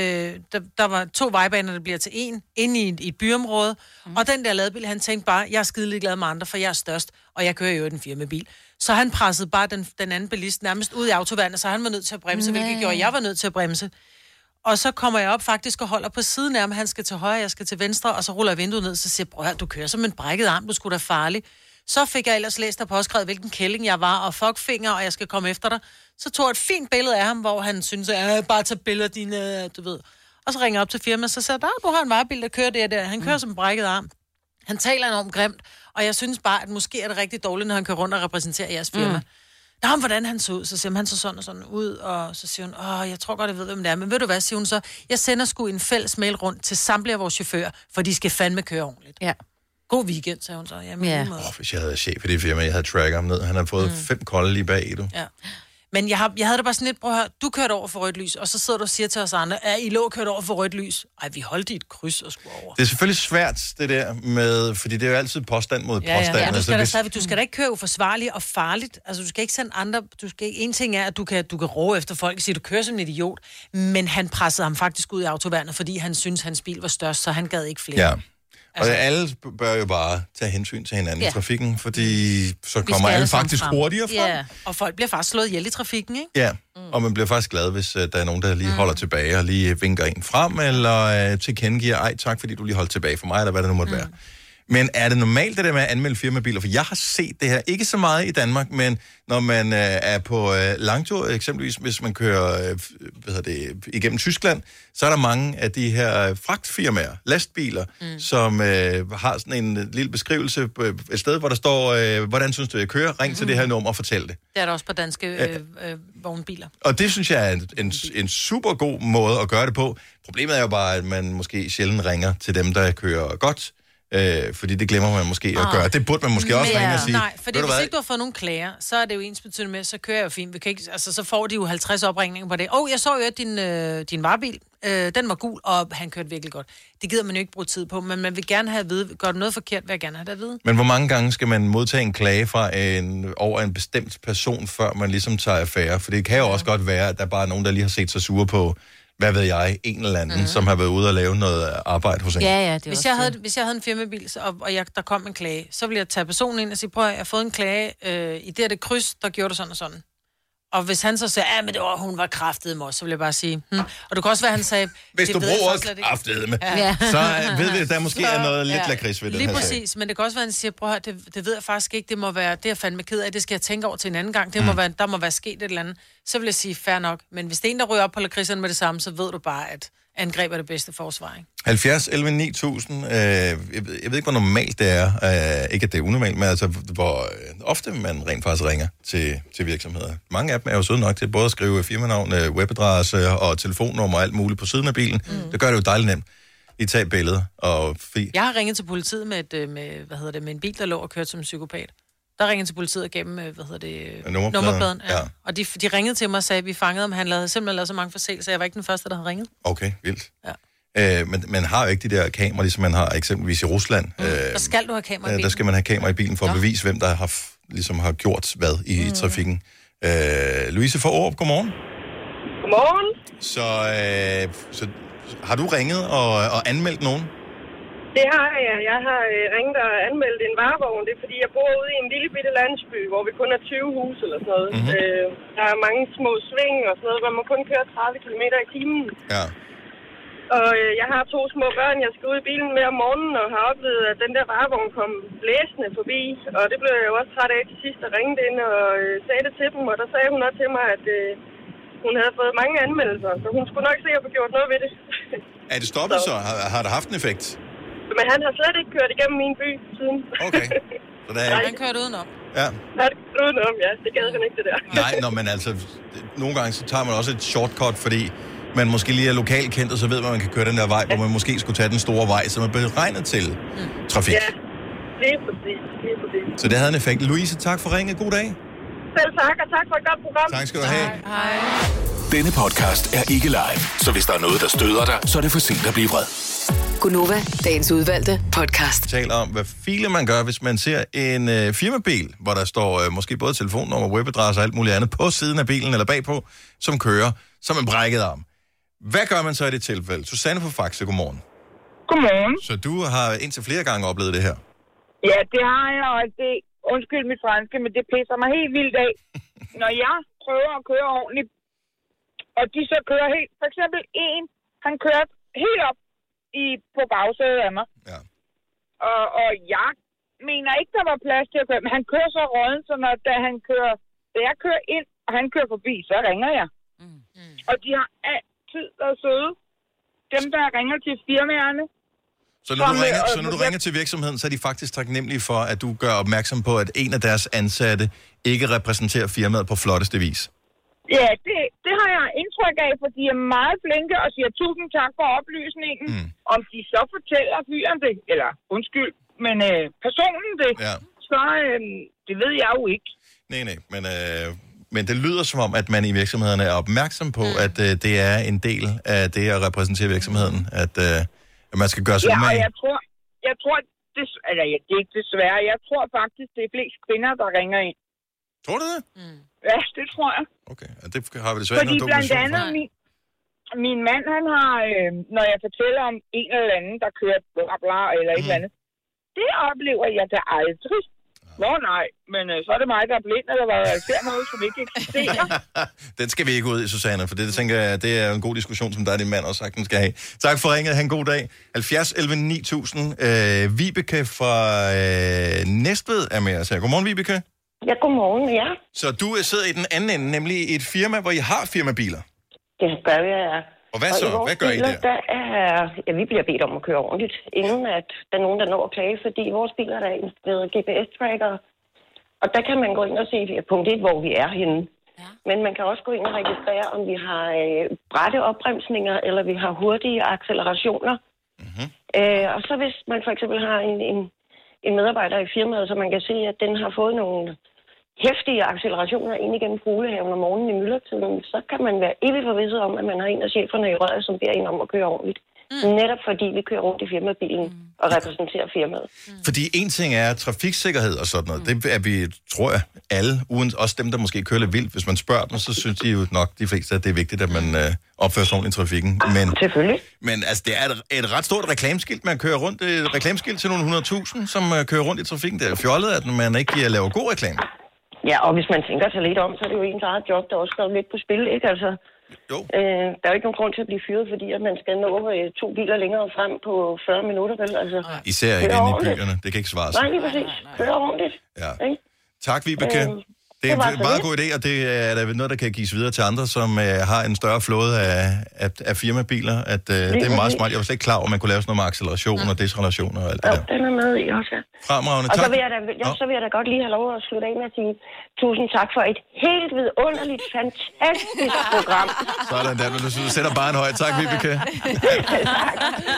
Der var 2 vejbaner, der bliver til en, inde i et byområde. Og den der ladbil, han tænkte bare, jeg er skidelig glad med andre, for jeg er størst, og jeg kører jo den firmabil. Så han pressede bare den anden bilist nærmest ud i autovandet, så han var nødt til at bremse, hvilket gjorde, jeg var nødt til at bremse. Og så kommer jeg op faktisk og holder på siden af ham. Han skal til højre, jeg skal til venstre, og så ruller jeg vinduet ned, så siger jeg, bror, du kører som en brækket arm, du skulle da farlig. Så fik jeg ellers læst og påskrevet, hvilken kælling jeg var, og fuckfinger, og jeg skal komme efter dig. Så tog jeg et fint billede af ham, hvor han synes, at bare tage billeder af dine, du ved. Og så ringer jeg op til firmaet, så siger jeg, du har en varebil, der kører det der. Han kører som en brækket arm. Han taler enormt grimt, og jeg synes bare, at måske er det rigtig dårligt, når han kører rundt og repræsenterer jeres firma. Nå, hvordan han så ud, så siger han så sådan og sådan ud, og så siger hun, jeg tror godt, jeg ved, hvem det er, men ved du hvad, siger hun så, jeg sender sgu en fælles mail rundt til samtlige af vores chauffører, for de skal fandme køre ordentligt. Ja. God weekend, sagde hun så. Hvis jeg havde chef i det firma, jeg havde tracker ham ned, han havde fået 5 kolde lige bag, du. Ja. Men jeg havde det bare sådan lidt, prøv at høre, du kørte over for rødt lys, og så sidder du og siger til os andre, I lå kørt over for rødt lys. Ej, vi holdt i et kryds og skulle over. Det er selvfølgelig svært, det der med, fordi det er jo altid påstand mod påstand. Ja, du skal da ikke køre uforsvarligt og farligt. Altså, du skal ikke sende andre, en ting er, at du kan råbe efter folk og sige, du kører som en idiot, men han pressede ham faktisk ud i autovandet, fordi han synes hans bil var størst, så han gad ikke flere. Ja. Og alle bør jo bare tage hensyn til hinanden i trafikken, fordi så kommer alle faktisk hurtigere frem. Ja. Og folk bliver faktisk slået ihjel i trafikken, ikke? Ja, og man bliver faktisk glad, hvis der er nogen, der lige holder tilbage og lige vinker en frem, eller tilkendegiver, ej tak, fordi du lige holdt tilbage for mig, eller hvad det nu måtte være. Men er det normalt, det der med at anmelde firmabiler? For jeg har set det her, ikke så meget i Danmark, men når man er på langtur, eksempelvis hvis man kører igennem Tyskland, så er der mange af de her fragtfirmaer, lastbiler, som har sådan en lille beskrivelse et sted, hvor der står, hvordan synes du, jeg kører? Ring til det her nummer og fortæl det. Det er der også på danske vognbiler. Og det synes jeg er en super god måde at gøre det på. Problemet er jo bare, at man måske sjældent ringer til dem, der kører godt. Fordi det glemmer man måske at gøre. Det burde man måske også ringe og sige. Nej, fordi hvis ikke du har fået nogen klager, så er det jo ensbetydende med, så kører jeg jo fint. Vi kan ikke, altså, så får de jo 50 opringninger på det. Jeg så jo, at din varebil, den var gul, og han kørte virkelig godt. Det gider man jo ikke bruge tid på, men man vil gerne have at vide, gør du noget forkert, vil jeg gerne have det at vide. Men hvor mange gange skal man modtage en klage fra over en bestemt person, før man ligesom tager affære? For det kan jo også godt være, at der bare er nogen, der lige har set sig sure på, hvad ved jeg, en eller anden, som har været ude og lave noget arbejde hos en. Ja, det hvis jeg havde en firmabil, og der kom en klage, så ville jeg tage personen ind og sige, prøv at jeg har fået en klage i det kryds, der gjorde det sådan og sådan. Og hvis han så siger, men det var, hun var kraftedeme, så vil jeg bare sige, Og det kan også være, han sagde... Hvis du bruger kraftedeme, så ved vi, at der måske er noget lidt lakrids ved det. Lige præcis, men det kan også være, han siger, prøv at det ved jeg faktisk ikke, det må være, det er fandme ked af, det skal jeg tænke over til en anden gang, der må være sket et eller andet. Så vil jeg sige, fair nok, men hvis det er en, der ryger op på lakridserne med det samme, så ved du bare, at angreb er det bedste forsvar, ikke? 70, 11, 9000. Jeg ved ikke, hvor normalt det er. Ikke, at det er unormalt, men altså, hvor ofte man rent faktisk ringer til virksomheder. Mange af dem er jo søde nok til både at skrive firmanavn, webadresse og telefonnummer og alt muligt på siden af bilen. Det gør det jo dejligt nemt. I tager billeder og Jeg har ringet til politiet med en bil, der lå og kørte som en psykopat. Der ringede til politiet og gav dem, nummerpladen. Ja. Og de ringede til mig og sagde, at vi fangede ham. Han havde simpelthen lavet så mange forseelser, så jeg var ikke den første, der havde ringet. Okay, vildt. Ja. Men man har jo ikke de der kameraer, ligesom man har eksempelvis i Rusland. Der skal du have kamera i bilen. Der skal man have kamera i bilen for at bevise, hvem der har gjort hvad i trafikken. Louise fra Aarup, godmorgen. Godmorgen. Så har du ringet og anmeldt nogen? Det har jeg. Jeg har ringet og anmeldt en varevogn. Det er, fordi jeg bor ude i en lille bitte landsby, hvor vi kun er 20 huse eller sådan noget. Der er mange små sving og sådan noget, hvor man kun kører 30 km i timen. Ja. Og jeg har 2 små børn, jeg skal ud i bilen med om morgenen, og har oplevet, at den der varevogn kom blæsende forbi. Og det blev jeg jo også træt af til sidst, og ringede ind og sagde det til dem. Og der sagde hun også til mig, at hun havde fået mange anmeldelser, så hun skulle nok se at få gjort noget ved det. Er det stoppet så? Har det haft en effekt? Men han har slet ikke kørt igennem min by siden. Okay. Så der er... Han kørte udenom. Ja. Han kørte udenom, ja. Det gad han ikke, det der. Nej, men altså, nogle gange så tager man også et shortcut, fordi man måske lige er lokalkendt, og så ved man kan køre den der vej, hvor man måske skulle tage den store vej, som er beregnet til trafik. Ja, lige præcis. Så det havde en effekt. Louise, tak for ringet. God dag. Selv tak, og tak for et godt program. Tak skal du have. Hej. Denne podcast er ikke live, så hvis der er noget, der støder dig, så er det for sent at blive vred. Gunova, dagens udvalgte podcast. Taler om, hvad filer man gør, hvis man ser en firmabil, hvor der står måske både telefonnummer, webadresse og alt muligt andet på siden af bilen eller bagpå, som kører som en brækket arm. Hvad gør man så i det tilfælde? Susanne fra Faxe, godmorgen. Godmorgen. Så du har indtil flere gange oplevet det her? Ja, det har jeg, og det, undskyld mit franske, men det pisser mig helt vildt af. Når jeg prøver at køre ordentligt, og de så kører helt, for eksempel han kørte helt op på bagsædet af mig. Ja. Og jeg mener ikke, der var plads til at køre, men han kører så råden, så da jeg kører ind, og han kører forbi, så ringer jeg. Og de har altid været søde. Dem, der ringer til firmaerne. Så når du ringer til virksomheden, så er de faktisk taknemmelige for, at du gør opmærksom på, at en af deres ansatte ikke repræsenterer firmaet på flotteste vis. Ja, det har jeg indtryk af, for de er meget flinke og siger tusind tak for oplysningen. Om de så fortæller fyren det, eller undskyld, men personen det, så det ved jeg jo ikke. Nej, men det lyder som om, at man i virksomhederne er opmærksom på, at det er en del af det at repræsentere virksomheden, at man skal gøre sig umage. Ja, og jeg tror, det er ikke desværre, jeg tror faktisk, det er flest kvinder, der ringer ind. Tror du det? Ja, det tror jeg. Okay, og det har vi desværre fordi blandt andet, min mand, han har, når jeg fortæller om en eller anden, der kører bla bla eller et eller andet, det oplever jeg da aldrig. Nå nej, men så er det mig, der er blind, eller hvad jeg ser noget, som ikke eksisterer. Den skal vi ikke ud i, Susanne, for det tænker jeg, det er en god diskussion, som der er din mand også sagt, den skal have. Tak for ringet, ha' en god dag. 70 11 9000. Vibeke fra Næstved er med os her. Godmorgen, Vibeke. Ja, godmorgen, ja. Så du sidder i den anden ende, nemlig i et firma, hvor I har firmabiler. Det gør jeg, ja. Og hvad så? Hvad gør I der? Vi bliver bedt om at køre ordentligt, inden at der er nogen, der når at klage, fordi vores biler er installeret GPS-tracker. Og der kan man gå ind og se punkt 1, hvor vi er henne. Ja. Men man kan også gå ind og registrere, om vi har bratte opbremsninger, eller vi har hurtige accelerationer. Og så hvis man for eksempel har en medarbejder i firmaet, så man kan se, at den har fået nogle hæftige accelerationer ind igennem Fuglehaven om morgenen i myldretiden, så kan man være evigt forvisset om, at man har en af cheferne i røret, som beder en om at køre ordentligt. Netop fordi vi kører rundt i firmabilen og repræsenterer firmaet. Fordi en ting er trafiksikkerhed og sådan noget. Det er vi, tror jeg, alle, uden også dem, der måske kører lidt vildt. Hvis man spørger dem, så synes de jo nok de fleste, at det er vigtigt, at man opfører sig ordentligt i trafikken. Men, selvfølgelig. Men altså, det er et ret stort reklameskilt, man kører rundt. Et reklameskilt til nogle 100.000, som kører rundt i trafikken. Det er fjollet, at man ikke laver god reklame. Ja, og hvis man tænker sig lidt om, så er det jo ens eget job, der også står lidt på spil, ikke? Altså, jo. Der er jo ikke nogen grund til at blive fyret, fordi at man skal nå 2 biler længere frem på 40 minutter, vel? Altså, især ikke inde i byerne. Det kan ikke svare sig. Nej, lige præcis. Kør ordentligt. Ja. Tak, Vibeke. Det er en meget god idé, og det er der noget, der kan gives videre til andre, som har en større flåde af firmabiler. At, det er meget smart. Jeg var slet ikke klar over, at man kunne lave sådan noget med acceleration og desrelation og alt det der. Den er med i også, ja. Fremragende, tak. Og så vil jeg da godt lige have lov at slutte af med at sige tusind tak for et helt vidunderligt, fantastisk program. Sådan der, men du sætter bare en høj. Tak, Vibeke. Tak.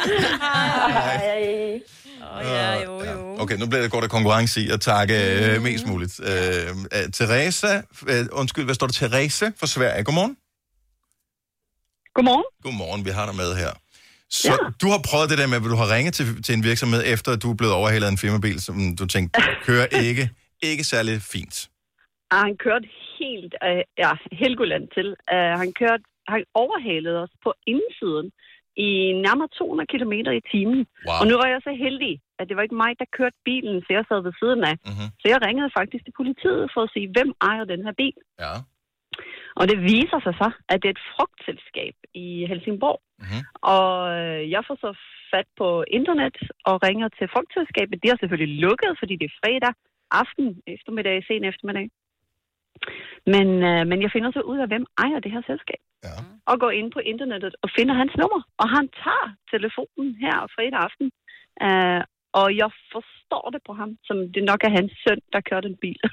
Hej. Okay, nu bliver det godt af konkurrence i at takke mest muligt. Teresa, undskyld, hvad står der? Teresa fra Sverige. Godmorgen. Godmorgen. Godmorgen, vi har dig med her. Så du har prøvet det der med, at du har ringet til en virksomhed, efter at du er blevet overhældet af en firmabil, som du tænkte, kører ikke særlig fint. Han kørte helt Helgoland til. Han overhalede os på indsiden i nærmere 200 km i timen. Wow. Og nu var jeg så heldig, at det var ikke mig, der kørte bilen, så jeg sad ved siden af. Mm-hmm. Så jeg ringede faktisk til politiet for at sige, hvem ejer den her bil? Ja. Og det viser sig så, at det er et frugtselskab i Helsingborg. Mm-hmm. Og jeg får så fat på internet og ringer til frugtselskabet. De har selvfølgelig lukket, fordi det er fredag aften, eftermiddag, sen eftermiddag. Men jeg finder så ud af, hvem ejer det her selskab. Ja. Og går ind på internettet og finder hans nummer. Og han tager telefonen her fredag aften. Og jeg forstår det på ham, som det nok er hans søn, der kører den bil.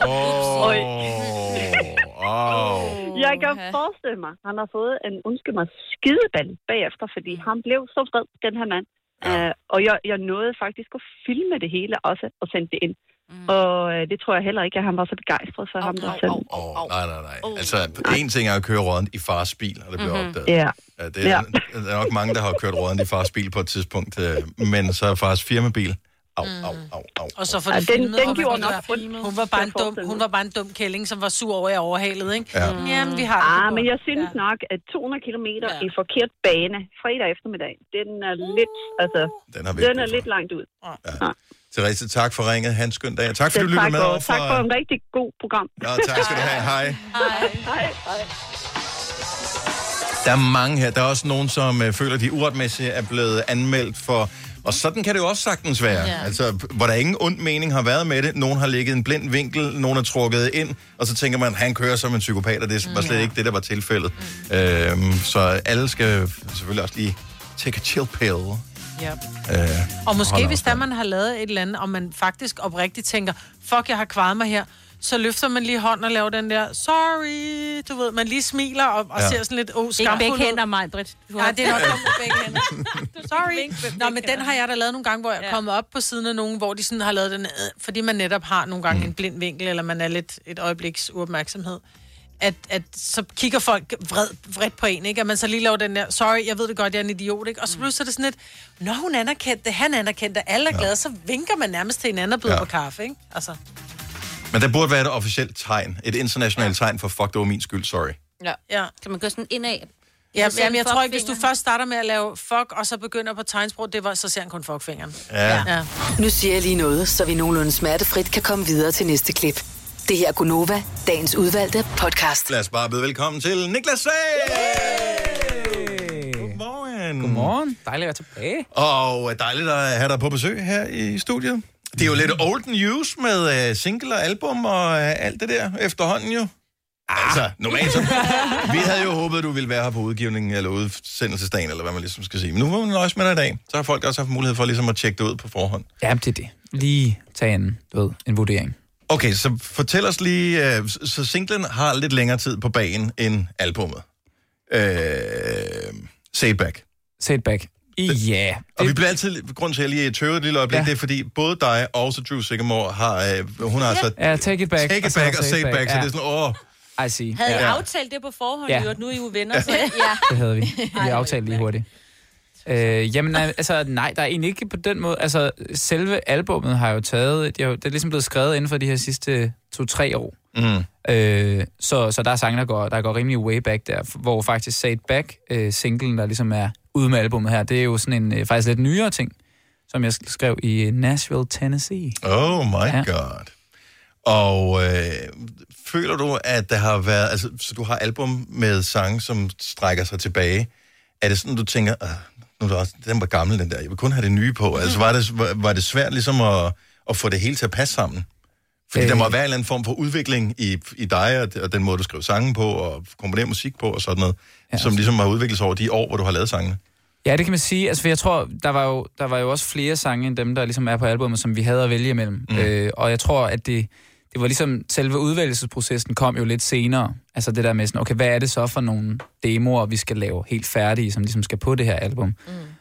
Jeg kan forestille mig, han har fået en, undskyld mig, skideball bagefter, fordi han blev så vred, den her mand. Og jeg nåede faktisk at filme det hele også og sende det ind. Og det tror jeg heller ikke, at han var så begejstret for ham der selv. Nej. Altså, en ting er at køre rådent i fars bil, og det bliver opdaget. Ja. Det er nok mange, der har kørt rådent i fars bil på et tidspunkt, men så er fars firmabil. Au. Og så for det filmet, den gjorde nok hun var bare en dum kælling, som var sur over at overhalet, ikke? Ja. Jamen, vi har det men jeg synes nok, at 200 kilometer i forkert bane fredag eftermiddag, den er lidt, altså, den er lidt langt ud. Ja. Therese, tak for ringet. Han skøn dag. Tak for, du lyttede med over. Tak for en rigtig god program. Ja, tak skal du have. Hej. Der er mange her. Der er også nogen, som føler, at de uretmæssigt er blevet anmeldt for... Og sådan kan det jo også sagtens være. Ja. Altså, hvor der ingen ond mening har været med det. Nogen har ligget en blind vinkel, nogen er trukket ind, og så tænker man, at han kører som en psykopat, og det var slet ikke det, der var tilfældet. Så alle skal selvfølgelig også lige take a chill pill. Ja. Og måske hvis der man har lavet et eller andet, og man faktisk oprigtigt tænker, fuck, jeg har kvaret mig her, så løfter man lige hånden og laver den der, sorry, du ved, man lige smiler og ser sådan lidt skamfuld ud. Ikke begge hænder, mig, Britt. Nej, det er nok med begge hænder. Sorry. Nå, men den har jeg da lavet nogle gange, hvor jeg er kommet op på siden af nogen, hvor de sådan har lavet den, fordi man netop har nogle gange en blind vinkel, eller man er lidt et øjebliks uopmærksomhed. At så kigger folk vredt på en, ikke? At man så lige laver den der, sorry, jeg ved det godt, jeg er en idiot, ikke? Og så pludselig er det sådan lidt, når hun anerkendte, han anerkendte, alle er glade, så vinker man nærmest til hinanden og byder på kaffe, ikke? Altså. Men der burde være et officielt tegn, et internationalt tegn for, fuck, det var min skyld, sorry. Ja. Kan man gøre sådan indad? Ja, men jeg tror ikke, hvis du først starter med at lave fuck, og så begynder på tegnsprog, så ser han kun fuckfingeren. Ja. Nu siger jeg lige noget, så vi nogenlunde smertefrit kan komme videre til næste klip. Det her er Gunova, dagens udvalgte podcast. Lad os bare byde velkommen til Niklas Sager! Godmorgen. Godmorgen. Dejligt at være tilbage. Og dejligt at have dig på besøg her i studiet. Det er jo lidt old news med single og album og alt det der efterhånden jo. Altså, normalt så... Vi havde jo håbet, at du ville være her på udgivningen eller udsendelsesdagen, eller hvad man ligesom skal sige. Men nu må vi nøjes med dig i dag. Så har folk også haft mulighed for ligesom at tjekke det ud på forhånd. Ja, det er det. Lige tage en vurdering. Okay, så fortæl os lige... Så singlen har lidt længere tid på bagen end albummet. Say It Back. Say It Back. Ja. Og vi bliver altid... Grunden til, at jeg lige tøver et lille øjeblik, det er fordi både dig og så Drew Sycamore har... Hun har altså... Ja, Take It Back. Take It Back og Say It Back, så det er sådan... I see. Havde I aftalt det på forhånd, og nu er I jo venner? Så, det havde vi. Vi aftalte lige hurtigt. Jamen, altså, nej, der er egentlig ikke på den måde. Altså, selve albummet har jo taget... Det er ligesom blevet skrevet inden for de her sidste 2-3 år. Så der er sange, der går rimelig way back der, hvor faktisk Say It Back, singlen, der ligesom er ude med albummet her, det er jo sådan en faktisk lidt nyere ting, som jeg skrev i Nashville, Tennessee. Oh my god. Og føler du, at der har været... Altså, så du har album med sange, som strækker sig tilbage. Er det sådan, du tænker, nu er det også, den var gammel, den der. Jeg vil kun have det nye på. Altså, var det svært ligesom at få det hele til at passe sammen? Fordi der må være en eller anden form for udvikling i dig, og den måde, du skriver sange på, og komponerer musik på, og sådan noget, som ligesom har udviklet sig over de år, hvor du har lavet sangene. Ja, det kan man sige. Altså, for jeg tror, der var jo også flere sange end dem, der ligesom er på albumet, som vi havde at vælge imellem. Og jeg tror, at det var ligesom, selve udvælgelsesprocessen kom jo lidt senere. Altså det der med sådan, okay, hvad er det så for nogle demoer, vi skal lave helt færdige, som ligesom skal på det her album?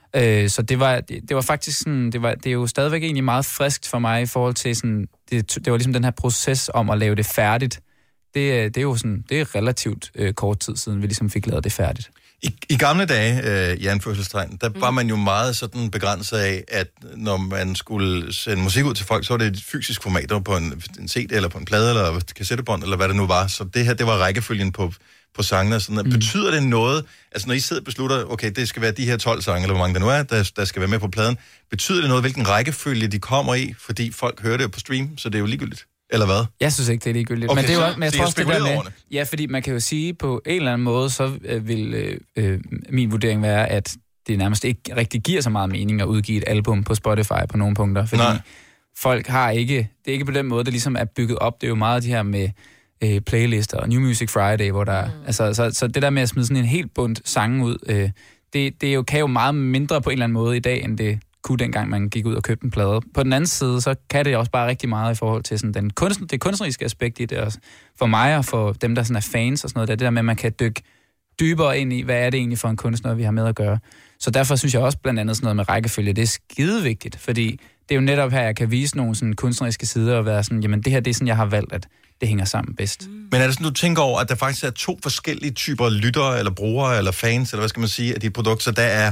Så det var faktisk sådan, det er jo stadigvæk egentlig meget friskt for mig i forhold til sådan, det var ligesom den her proces om at lave det færdigt. Det er jo sådan, det er relativt kort tid siden, vi ligesom fik lavet det færdigt. I gamle dage, i anførselstegn, der var man jo meget sådan begrænset af, at når man skulle sende musik ud til folk, så var det et fysisk format, på en CD eller på en plade eller et kassettebånd, eller hvad det nu var. Så det her, det var rækkefølgen på sangene. Sådan, betyder det noget, altså når I sidder og beslutter, okay, det skal være de her 12 sange, eller hvor mange der nu er, der skal være med på pladen, betyder det noget, hvilken rækkefølge de kommer i, fordi folk hører det jo på stream, så det er jo ligegyldigt? Eller hvad? Jeg synes ikke, det er ligegyldigt. Okay, men det er jo, men jeg tror også, det der med, ja, fordi man kan jo sige, på en eller anden måde, så vil min vurdering være, at det nærmest ikke rigtig giver så meget mening at udgive et album på Spotify på nogle punkter. Fordi folk har ikke, det er ikke på den måde, det ligesom er bygget op. Det er jo meget de her med playlister og New Music Friday, hvor der så det der med at smide sådan en helt bundt sange ud, det jo, kan jo meget mindre på en eller anden måde i dag, end det kunne dengang man gik ud og købte en plade. På den anden side, så kan det også bare rigtig meget i forhold til sådan det kunstneriske aspekt i det også. For mig og for dem, der sådan er fans og sådan noget, det der med, at man kan dykke dybere ind i, hvad er det egentlig for en kunstner, vi har med at gøre. Så derfor synes jeg også blandt andet sådan noget med rækkefølge, det er skide vigtigt, fordi det er jo netop her, jeg kan vise nogle sådan kunstneriske sider og være sådan, jamen det her, det er sådan, jeg har valgt, at det hænger sammen bedst. Men er det sådan, du tænker over, at der faktisk er 2 forskellige typer lyttere, eller brugere, eller fans, eller hvad skal man sige, af de produkter, der er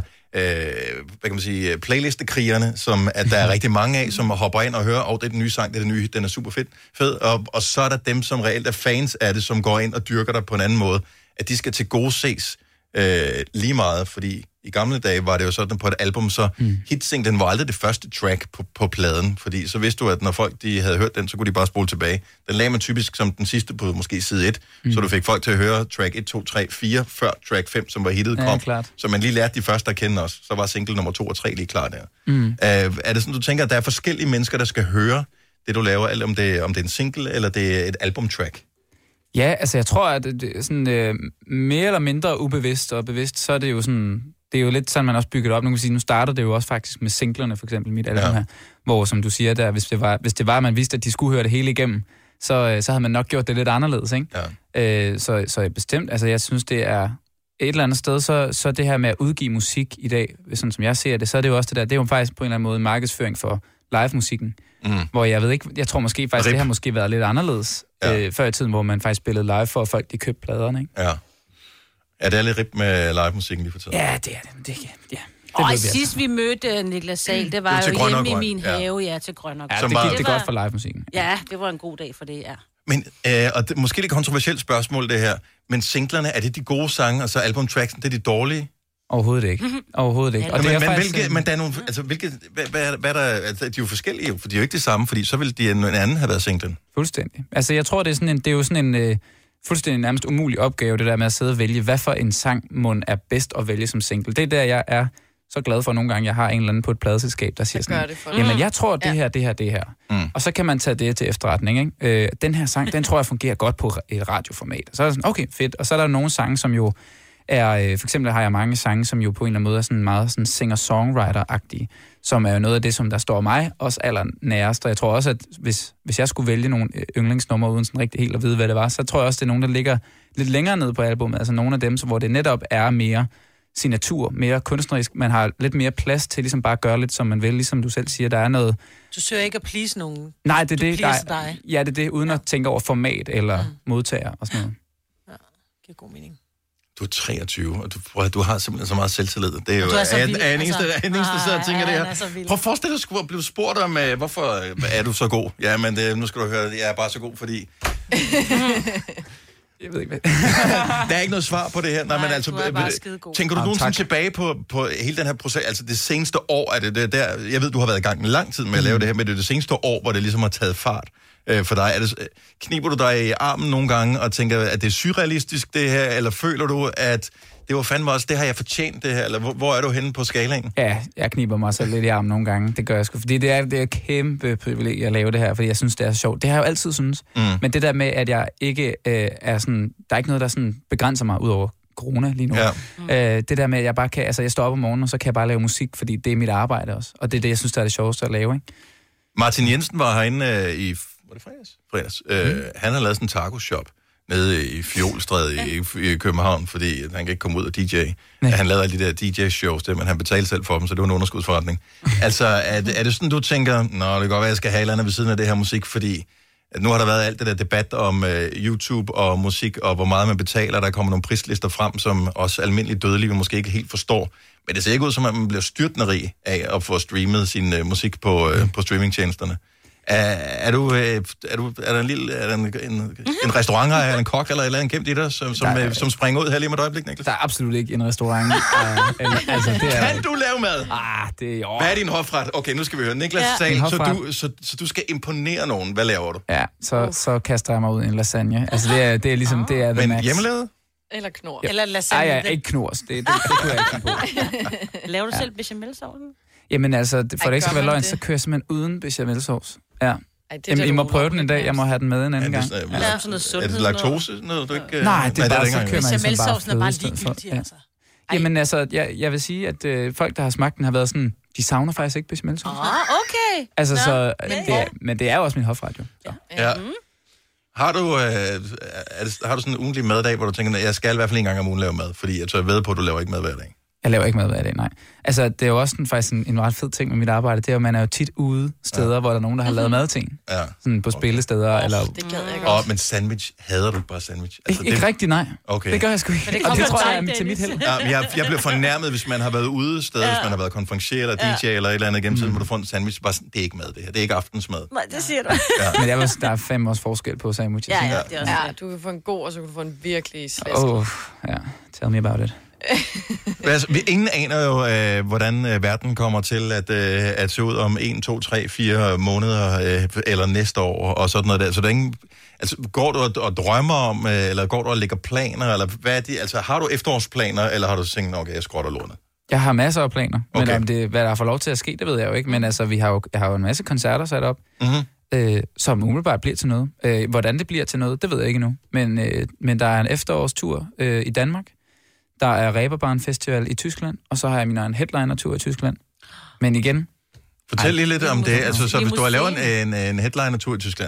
hvad kan man sige, playlistekrigerne, som at der er rigtig mange af, som hopper ind og hører, det er den nye sang, det er den nye, den er super fed, og så er der dem, som reelt er fans af det, som går ind og dyrker dig på en anden måde, at de skal til gode ses lige meget, fordi i gamle dage var det jo sådan på et album, så hitsinglen var aldrig det første track på pladen, fordi så vidste du, at når folk de havde hørt den, så kunne de bare spole tilbage. Den lagde man typisk som den sidste på måske side 1, så du fik folk til at høre track 1, 2, 3, 4, før track 5, som var hittet, kom. Klart. Så man lige lærte de første at kende også. Så var single nummer 2 og 3 lige klar der. Er det sådan, du tænker, at der er forskellige mennesker, der skal høre det, du laver, om det er en single, eller det er et albumtrack? Ja, altså jeg tror, at det er sådan mere eller mindre ubevidst og bevidst, så er det jo sådan, det er jo lidt sådan, man også bygget op. Nu kan sige, nu starter det jo også faktisk med singlerne, for eksempel mit album her, hvor, som du siger der, hvis det var, at man vidste, at de skulle høre det hele igennem, så havde man nok gjort det lidt anderledes, ikke? Ja. Så bestemt, altså jeg synes, det er et eller andet sted, så det her med at udgive musik i dag, sådan som jeg ser det, så er det jo også det der, det er jo faktisk på en eller anden måde markedsføring for live-musikken. Hvor jeg ved ikke, jeg tror måske faktisk, det har måske været lidt anderledes før i tiden, hvor man faktisk spillede live for, at folk de købte pladerne, ikke? Ja. Er det lidt rip med live-musikken lige for tiden? Ja, det er det. Ja. Og sidst vi mødte Niklas Sahl, det var jo hjemme i min have, til Grøn og Grøn. Ja, det gik det godt for live-musikken. Ja, det var en god dag for det, ja. Men, og det, måske lidt kontroversielt spørgsmål det her, men singlerne, er det de gode sange, og så albumtracksen, det er de dårlige? Overhovedet ikke. Overhovedet ikke. Og det men der er nogle, altså hvad der, altså, de er jo forskellige, for de er jo ikke det samme, fordi så ville en anden have været singlen. Fuldstændig. Altså jeg tror, det er jo sådan en fuldstændig nærmest umulig opgave, det der med at sidde og vælge, hvad for en sang er bedst at vælge som single. Det er der, jeg er så glad for nogle gange, jeg har en eller anden på et pladeselskab, der siger sådan, jamen jeg tror, det her. Og så kan man tage det til efterretning, ikke? Den her sang, den tror jeg fungerer godt på et radioformat. Og så er der sådan, okay, fedt. Og så er der nogle sange, som jo er, for eksempel har jeg mange sange, som jo på en eller anden måde er sådan meget sådan singer-songwriter-agtige, som er jo noget af det, som der står mig også allernærest. Og jeg tror også, at hvis jeg skulle vælge nogle yndlingsnumre uden sådan rigtig helt at vide, hvad det var, så tror jeg også, det er nogen, der ligger lidt længere nede på albumet. Altså nogle af dem, hvor det netop er mere signatur, mere kunstnerisk. Man har lidt mere plads til ligesom bare at gøre lidt, som man vil. Ligesom du selv siger, der er noget... Du søger ikke at please nogen. Nej, det er det. Dig. Ja, det er det, uden at tænke over format eller modtager og sådan noget. Ja, det giver god mening. Du er 23, og du har simpelthen så meget selvtillid. Det er jo en eneste, der sidder og tænker det her. Prøv at forestille dig, at du skulle blive spurgt om, hvorfor er du så god? Ja, men nu skal du høre, jeg er bare så god, fordi... Jeg ved ikke, hvad. Der er ikke noget svar på det her. Nej, men altså, tænker du nogensinde tilbage på hele den her proces? Altså det seneste år, er det der... Jeg ved, du har været i gang en lang tid med at lave det her, men det er det seneste år, hvor det ligesom har taget fart. for dig. Kniber du dig i armen nogle gange og tænker, at det er surrealistisk det her, eller føler du, at det var fandme også, det har jeg fortjent det her, eller hvor er du henne på skalaen? Ja, jeg kniber mig selv lidt i armen nogle gange, det gør jeg sgu, fordi det er et kæmpe privilegie at lave det her, fordi jeg synes, det er så sjovt. Det har jeg jo altid synes, men det der med, at jeg ikke er sådan, der er ikke noget, der sådan begrænser mig ud over corona lige nu. Ja. Det der med, at jeg bare kan, altså jeg står op om morgenen, og så kan jeg bare lave musik, fordi det er mit arbejde også, og det er det, jeg synes, der er det sjoveste at lave, ikke? Martin Jensen var herinde i, var det fredags? Han har lavet sådan en taco-shop nede i Fjolstræde i København, fordi han kan ikke komme ud og DJ. Han lavede alle de der DJ-shows, men han betalte selv for dem, så det var en underskudsforretning. Altså, er det sådan, du tænker, det kan godt være, jeg skal have et eller andet ved siden af det her musik, fordi nu har der været alt det der debat om YouTube og musik, og hvor meget man betaler. Der kommer nogle prislister frem, som også almindeligt dødelige vi måske ikke helt forstår. Men det ser ikke ud som, at man bliver styrtende rig af at få streamet sin musik på streamingtjenesterne. Er der en restaurantejer eller en kok eller et eller andet gemt i dig, som springer ud her lige med et øjeblik, Niklas? Der er absolut ikke en restaurant. Kan du lave mad? Hvad er din hofret? Okay, nu skal vi høre. Niklas sagde, så du skal imponere nogen. Hvad laver du? Ja, så kaster jeg mig ud i en lasagne. Altså det er ligesom, det er the max. Men hjemmelavet? Eller knor. Ja. Eller lasagne. Nej, ikke knors. Det kunne jeg ikke finde på. Laver du selv bechamelsaucen? Jamen altså, for det ikke skal være løgn, så kører jeg simpelthen uden bechamelsauce. Ja. I må prøve den en dag. Jeg må have den med en anden gang. Er det laktose? Noget, du ikke... Nej, det er bare, så kører man bechamelsaucen er bare ligegyldig, altså. Jamen altså, jeg vil sige, at folk, der har smagt den, har været sådan, de savner faktisk ikke bechamelsauce. Okay. Altså, men det er jo også min hofret, jo. Ja. Har du sådan en ugentlig maddag, hvor du tænker, at jeg skal i hvert fald en gang om ugen lave mad, fordi jeg ved på, at du laver ikke mad hver dag? Jeg laver ikke mad hver dag, nej. Altså, det er jo også faktisk en ret fed ting med mit arbejde, det er, at man er jo tit ude steder, hvor der er nogen, der har lavet madting. Ja. Sådan på spillesteder, eller... Det gad jeg godt. Men sandwich, hader du bare sandwich? Altså, ikke rigtigt, nej. Okay. Det gør jeg sgu ikke. Og det tror jeg er til mit held. Ja, jeg bliver fornærmet, hvis man har været ude steder, hvis man har været konferencier eller DJ eller et eller andet gennem tiden, hvor du får en sandwich, bare sådan, det er ikke mad, det her. Det er ikke aftensmad. Nej, det siger du. Ja. Men der er 5 års forskel på sandwiches. Ja, det er også det. Du kan få en god, og så kan du få en virkelig slæsk. Ja. Tell me about it. Altså, ingen aner jo, hvordan verden kommer til at se ud om 1, 2, 3, 4 måneder eller næste år og sådan noget der. Så der er ingen... Altså, går du og drømmer om, eller går du og lægger planer, eller hvad er det? Altså, har du efterårsplaner, eller har du tænkt, okay, jeg skrotter lortet? Jeg har masser af planer, men om det, hvad der får lov til at ske, det ved jeg jo ikke. Men altså, jeg har jo en masse koncerter sat op, som umiddelbart bliver til noget. Hvordan det bliver til noget, det ved jeg ikke endnu. Men der er en efterårstur i Danmark. Der er Reeperbahn Festival i Tyskland, og så har jeg min egen headliner-tur i Tyskland. Men igen... Fortæl lige lidt om det. Altså, så hvis du har lavet en headliner-tur i Tyskland,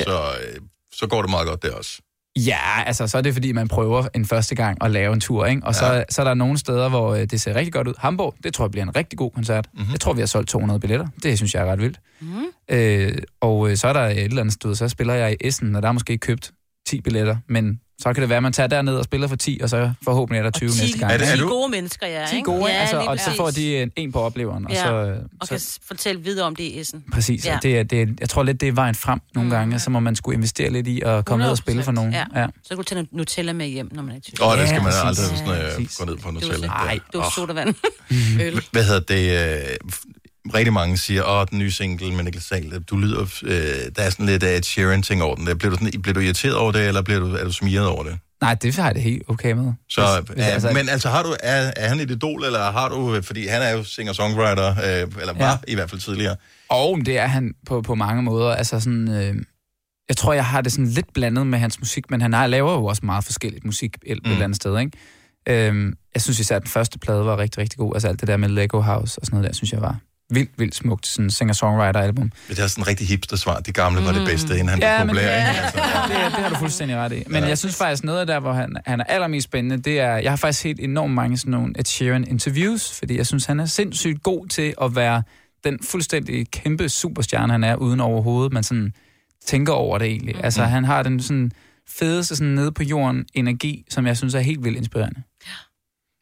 så går det meget godt der også. Ja, altså, så er det fordi, man prøver en første gang at lave en tur, ikke? Og så er der nogle steder, hvor det ser rigtig godt ud. Hamburg, det tror jeg bliver en rigtig god koncert. Jeg tror, vi har solgt 200 billetter. Det synes jeg er ret vildt. Og så er der et eller andet sted, så spiller jeg i Essen, og der er måske købt 10 billetter, men så kan det være, at man tager derned og spiller for 10, og så forhåbentlig er der 20 næste gang. 10 gode mennesker, ja. 10 gode, altså, og så får de en på opleveren. Og kan fortælle videre om det i Essen. Præcis, ja. Jeg tror lidt, det er vejen frem nogle gange, så må man skulle investere lidt i at komme ned og spille for nogen. Ja. Så kan du tage Nutella med hjem, når man er i Tyskland. Det skal man aldrig gå ned på Nutella. Nej, det var sodavand. Hvad hedder det... Rigtig mange siger, den nye single med Niklas Sahl, du lyder, der er sådan lidt af et Sheeran-ting over den. Bliver du irriteret over det, eller er du smiret over det? Nej, det har jeg det helt okay med. Men altså, er han et idol, eller har du, fordi han er jo singer-songwriter, eller var i hvert fald tidligere. Og det er han på mange måder. Altså sådan, jeg tror, jeg har det sådan lidt blandet med hans musik, men han laver jo også meget forskelligt musik et eller andet sted, ikke? Jeg synes især, at den første plade var rigtig, rigtig god. Altså alt det der med Lego House og sådan noget der, synes jeg var vildt smukt, sådan singer-songwriter-album. Det er sådan en rigtig hipster-svar. De gamle var det bedste, inden han var populær. Altså. Det har du fuldstændig ret i. Men jeg synes faktisk, noget af der, hvor han er allermest spændende, det er, jeg har faktisk set enormt mange sådan nogle Ed Sheeran-interviews, fordi jeg synes, han er sindssygt god til at være den fuldstændig kæmpe superstjerne, han er, uden overhovedet, man sådan tænker over det egentlig. Altså, han har den sådan fedeste sådan nede på jorden energi, som jeg synes er helt vildt inspirerende.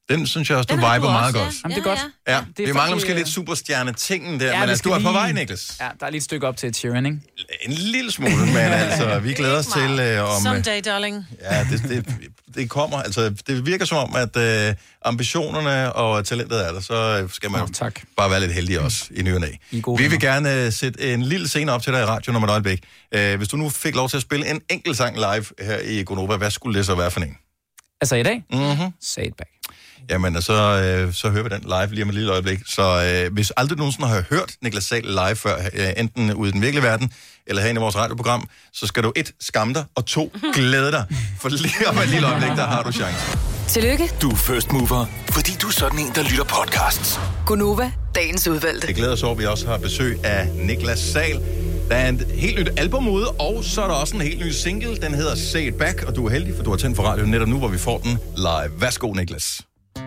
Den synes jeg også, du viber meget godt. Jamen, det er godt. Ja, vi mangler måske lidt superstjerne-tingen der, men altså, du er på vej, Niklas. Ja, der er lige et stykke op til et Sheeran, ikke? En lille smule, men altså, vi glæder os til om... Someday, darling. Ja, det kommer. Altså, det virker som om, at ambitionerne og talentet er der, så skal man bare være lidt heldig også i ny og næ. Vi vil gerne sætte en lille scene op til dig i radioen om et øjeblik. Hvis du nu fik lov til at spille en enkelt sang live her i Gonova, hvad skulle det så være for en? Altså i dag? Mhm. Say it back. Jamen, så hører vi den live lige om et lille øjeblik. Så hvis aldrig nogensinde har hørt Niklas Sahl live før, enten ude i den virkelige verden, eller herinde i vores radioprogram, så skal du 1. Skamme dig, og 2. Glæde dig. For lige om et lille øjeblik, der har du chancen. Tillykke. Du er first mover, fordi du er sådan en, der lytter podcasts. Gonova, dagens udvalgte. Det glæder os over, at vi også har besøg af Niklas Sahl. Der er et helt nyt album ude, og så er der også en helt ny single. Den hedder Say It Back, og du er heldig, for du har tændt for radioen netop nu, hvor vi får den live. Værsgo, Niklas.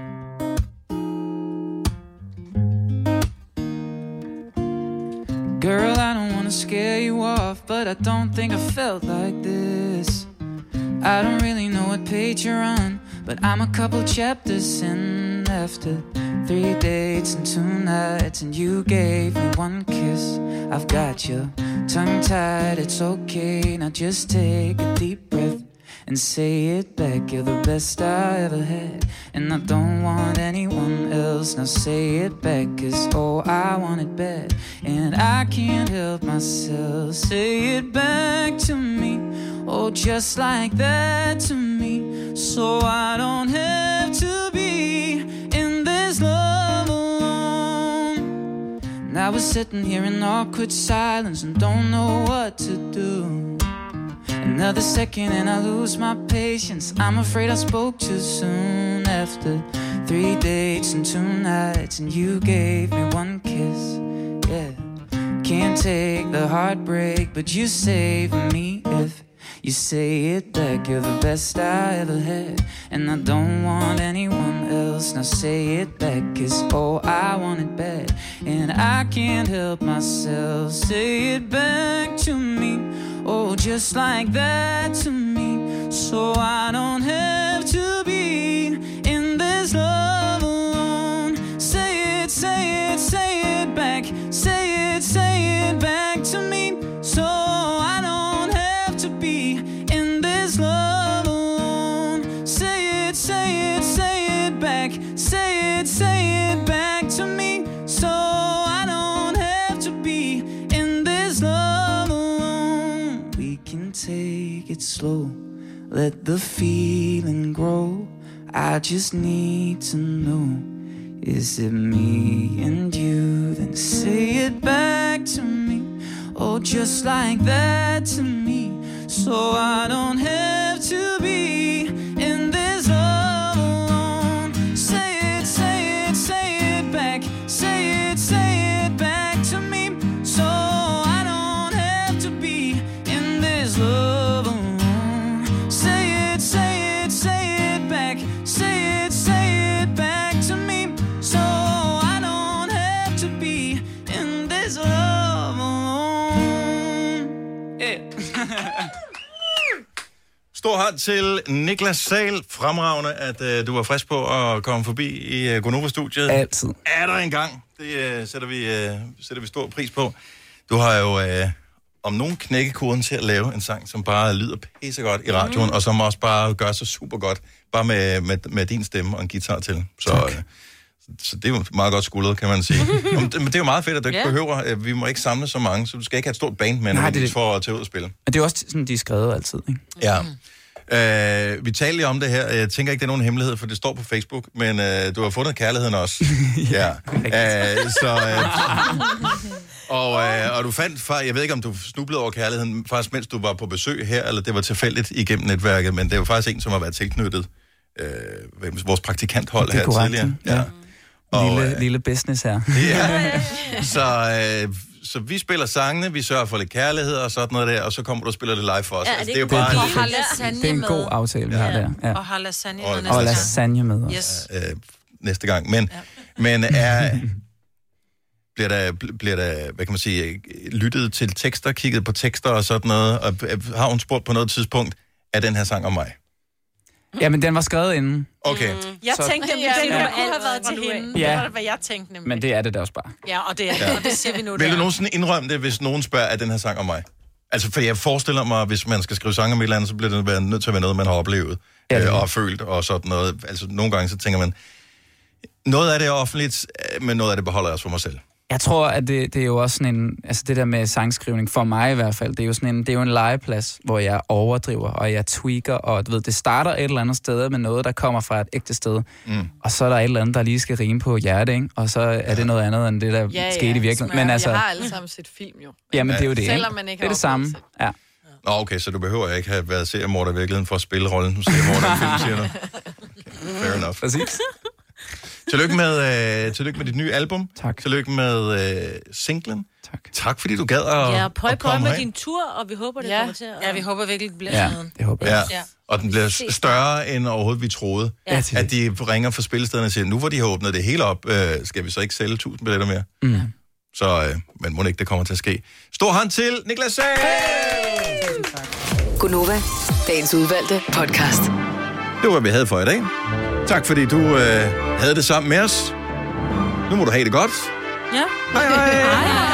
Girl, I don't wanna scare you off, but I don't think I felt like this. I don't really know what page you're on, but I'm a couple chapters in. After 3 dates and 2 nights, and you gave me 1 kiss. I've got your tongue tied, it's okay. Now just take a deep breath and say it back. You're the best I ever had, and I don't want anyone else. Now say it back, 'cause oh, I want it bad, and I can't help myself. Say it back to me, oh, just like that to me, so I don't have to be in this love alone. Now we're sitting here in awkward silence and don't know what to do. Another second and I lose my patience. I'm afraid I spoke too soon. After 3 dates and 2 nights, and you gave me 1 kiss. Yeah, can't take the heartbreak, but you save me if you say it back. You're the best I ever had, and I don't want anyone else. Now say it back, 'cause oh, I want it bad, and I can't help myself. Say it back to me, oh, just like that to me, so I don't have to be in this love alone. Say it, say it, say it back. Say it back to me, so I don't have to be in this love alone. Say it, say it, say it back. Say it back to me, so I don't have to be in this love alone. We can take it slow, let the feeling grow. I just need to know, is it me and you? Then say it back to me, oh, just like that to me, so I don't have to be in this love alone. Say it, say it, say it back. Say it back to me, so I don't have to be in this love alone. Say it, say it, say it back. Say it back to me, so I don't have to be in this love alone. Yeah. Stor hånd til Niklas Sahl. Fremragende, at du var frisk på at komme forbi i Gonova-studiet. Altid. Er der engang. Det sætter vi stor pris på. Du har jo om nogen knækkekoden til at lave en sang, som bare lyder pissegodt i radioen, og som også bare gør sig super godt, bare med din stemme og en guitar til. Så det er jo meget godt skuldret, kan man sige. Men det er jo meget fedt, at du ikke behøver, vi må ikke samle så mange, så du skal ikke have et stort band med, for at tage ud og spille. Men det er også sådan, de er skrevet altid, ikke? Ja. Vi taler lige om det her. Jeg tænker ikke, det er nogen hemmelighed, for det står på Facebook, men du har fundet kærligheden også. Ja. Og du fandt, jeg ved ikke, om du snublede over kærligheden, faktisk mens du var på besøg her, eller det var tilfældigt igennem netværket, men det er jo faktisk en, som har været tilknyttet vores praktikanthold her korrekt, tidligere. Ja. Og, lille business her. Ja. Så vi spiller sangene, vi sørger for lidt kærlighed og sådan noget der, og så kommer du og spiller det live for os. Ja, altså, det er jo bare det er en god aftale, vi har der. Ja. Og har lasagne med næste gang. Og lasagne med os. Yes. Næste gang. Men bliver der, hvad kan man sige, lyttet til tekster, kigget på tekster og sådan noget, og har hun spurgt på noget tidspunkt, er den her sang om mig? Jamen, den var skrevet inden. Okay. Jeg tænkte, at den kunne have været til hende. Ja. Det var hvad jeg tænkte nemlig. Men det er det da også bare. Ja, og det er det, og det siger vi nu. Vil du nogensinde indrømme det, hvis nogen spørger, at den her sang om mig? Altså, for jeg forestiller mig, hvis man skal skrive sange om et eller andet, så bliver det nødt til at være noget, man har oplevet og har følt og sådan noget. Altså, nogle gange så tænker man, noget af det er offentligt, men noget af det beholder jeg også for mig selv. Jeg tror, at det er jo også sådan en... Altså det der med sangskrivning, for mig i hvert fald, det er jo sådan en, det er jo en legeplads, hvor jeg overdriver, og jeg tweaker, og du ved, det starter et eller andet sted med noget, der kommer fra et ægte sted. Og så er der et eller andet, der lige skal rime på hjerte, ikke? Og så er det noget andet, end det, der skete i virkeligheden. Men altså, jeg har alle sammen set film, jo. Jamen, det er jo det, selvom man ikke det er det samme, ja. Nå, okay, så du behøver ikke have været seriemorder i virkeligheden for at spille rollen som seriemorder i film, siger du? Okay, fair enough. Præcis. Tillykke med dit nye album. Tak. Tillykke med singlen. Tak. Tak, fordi du gad at pøj med din tur, og vi håber, det kommer til at... Ja, vi håber virkelig, det bliver sådan. Det håber jeg. Ja. Og den bliver større, end overhovedet vi troede. Ja. At de ringer fra spillestederne og siger, nu hvor de har åbnet det hele op, skal vi så ikke sælge 1000 billetter mere? Så, men må ikke, det kommer til at ske. Stor hånd til Niklas Sager! Gunova, dagens udvalgte podcast. Det var, hvad vi havde for i dag. Tak, fordi du havde det sammen med os. Nu må du have det godt. Ja. Hej hej!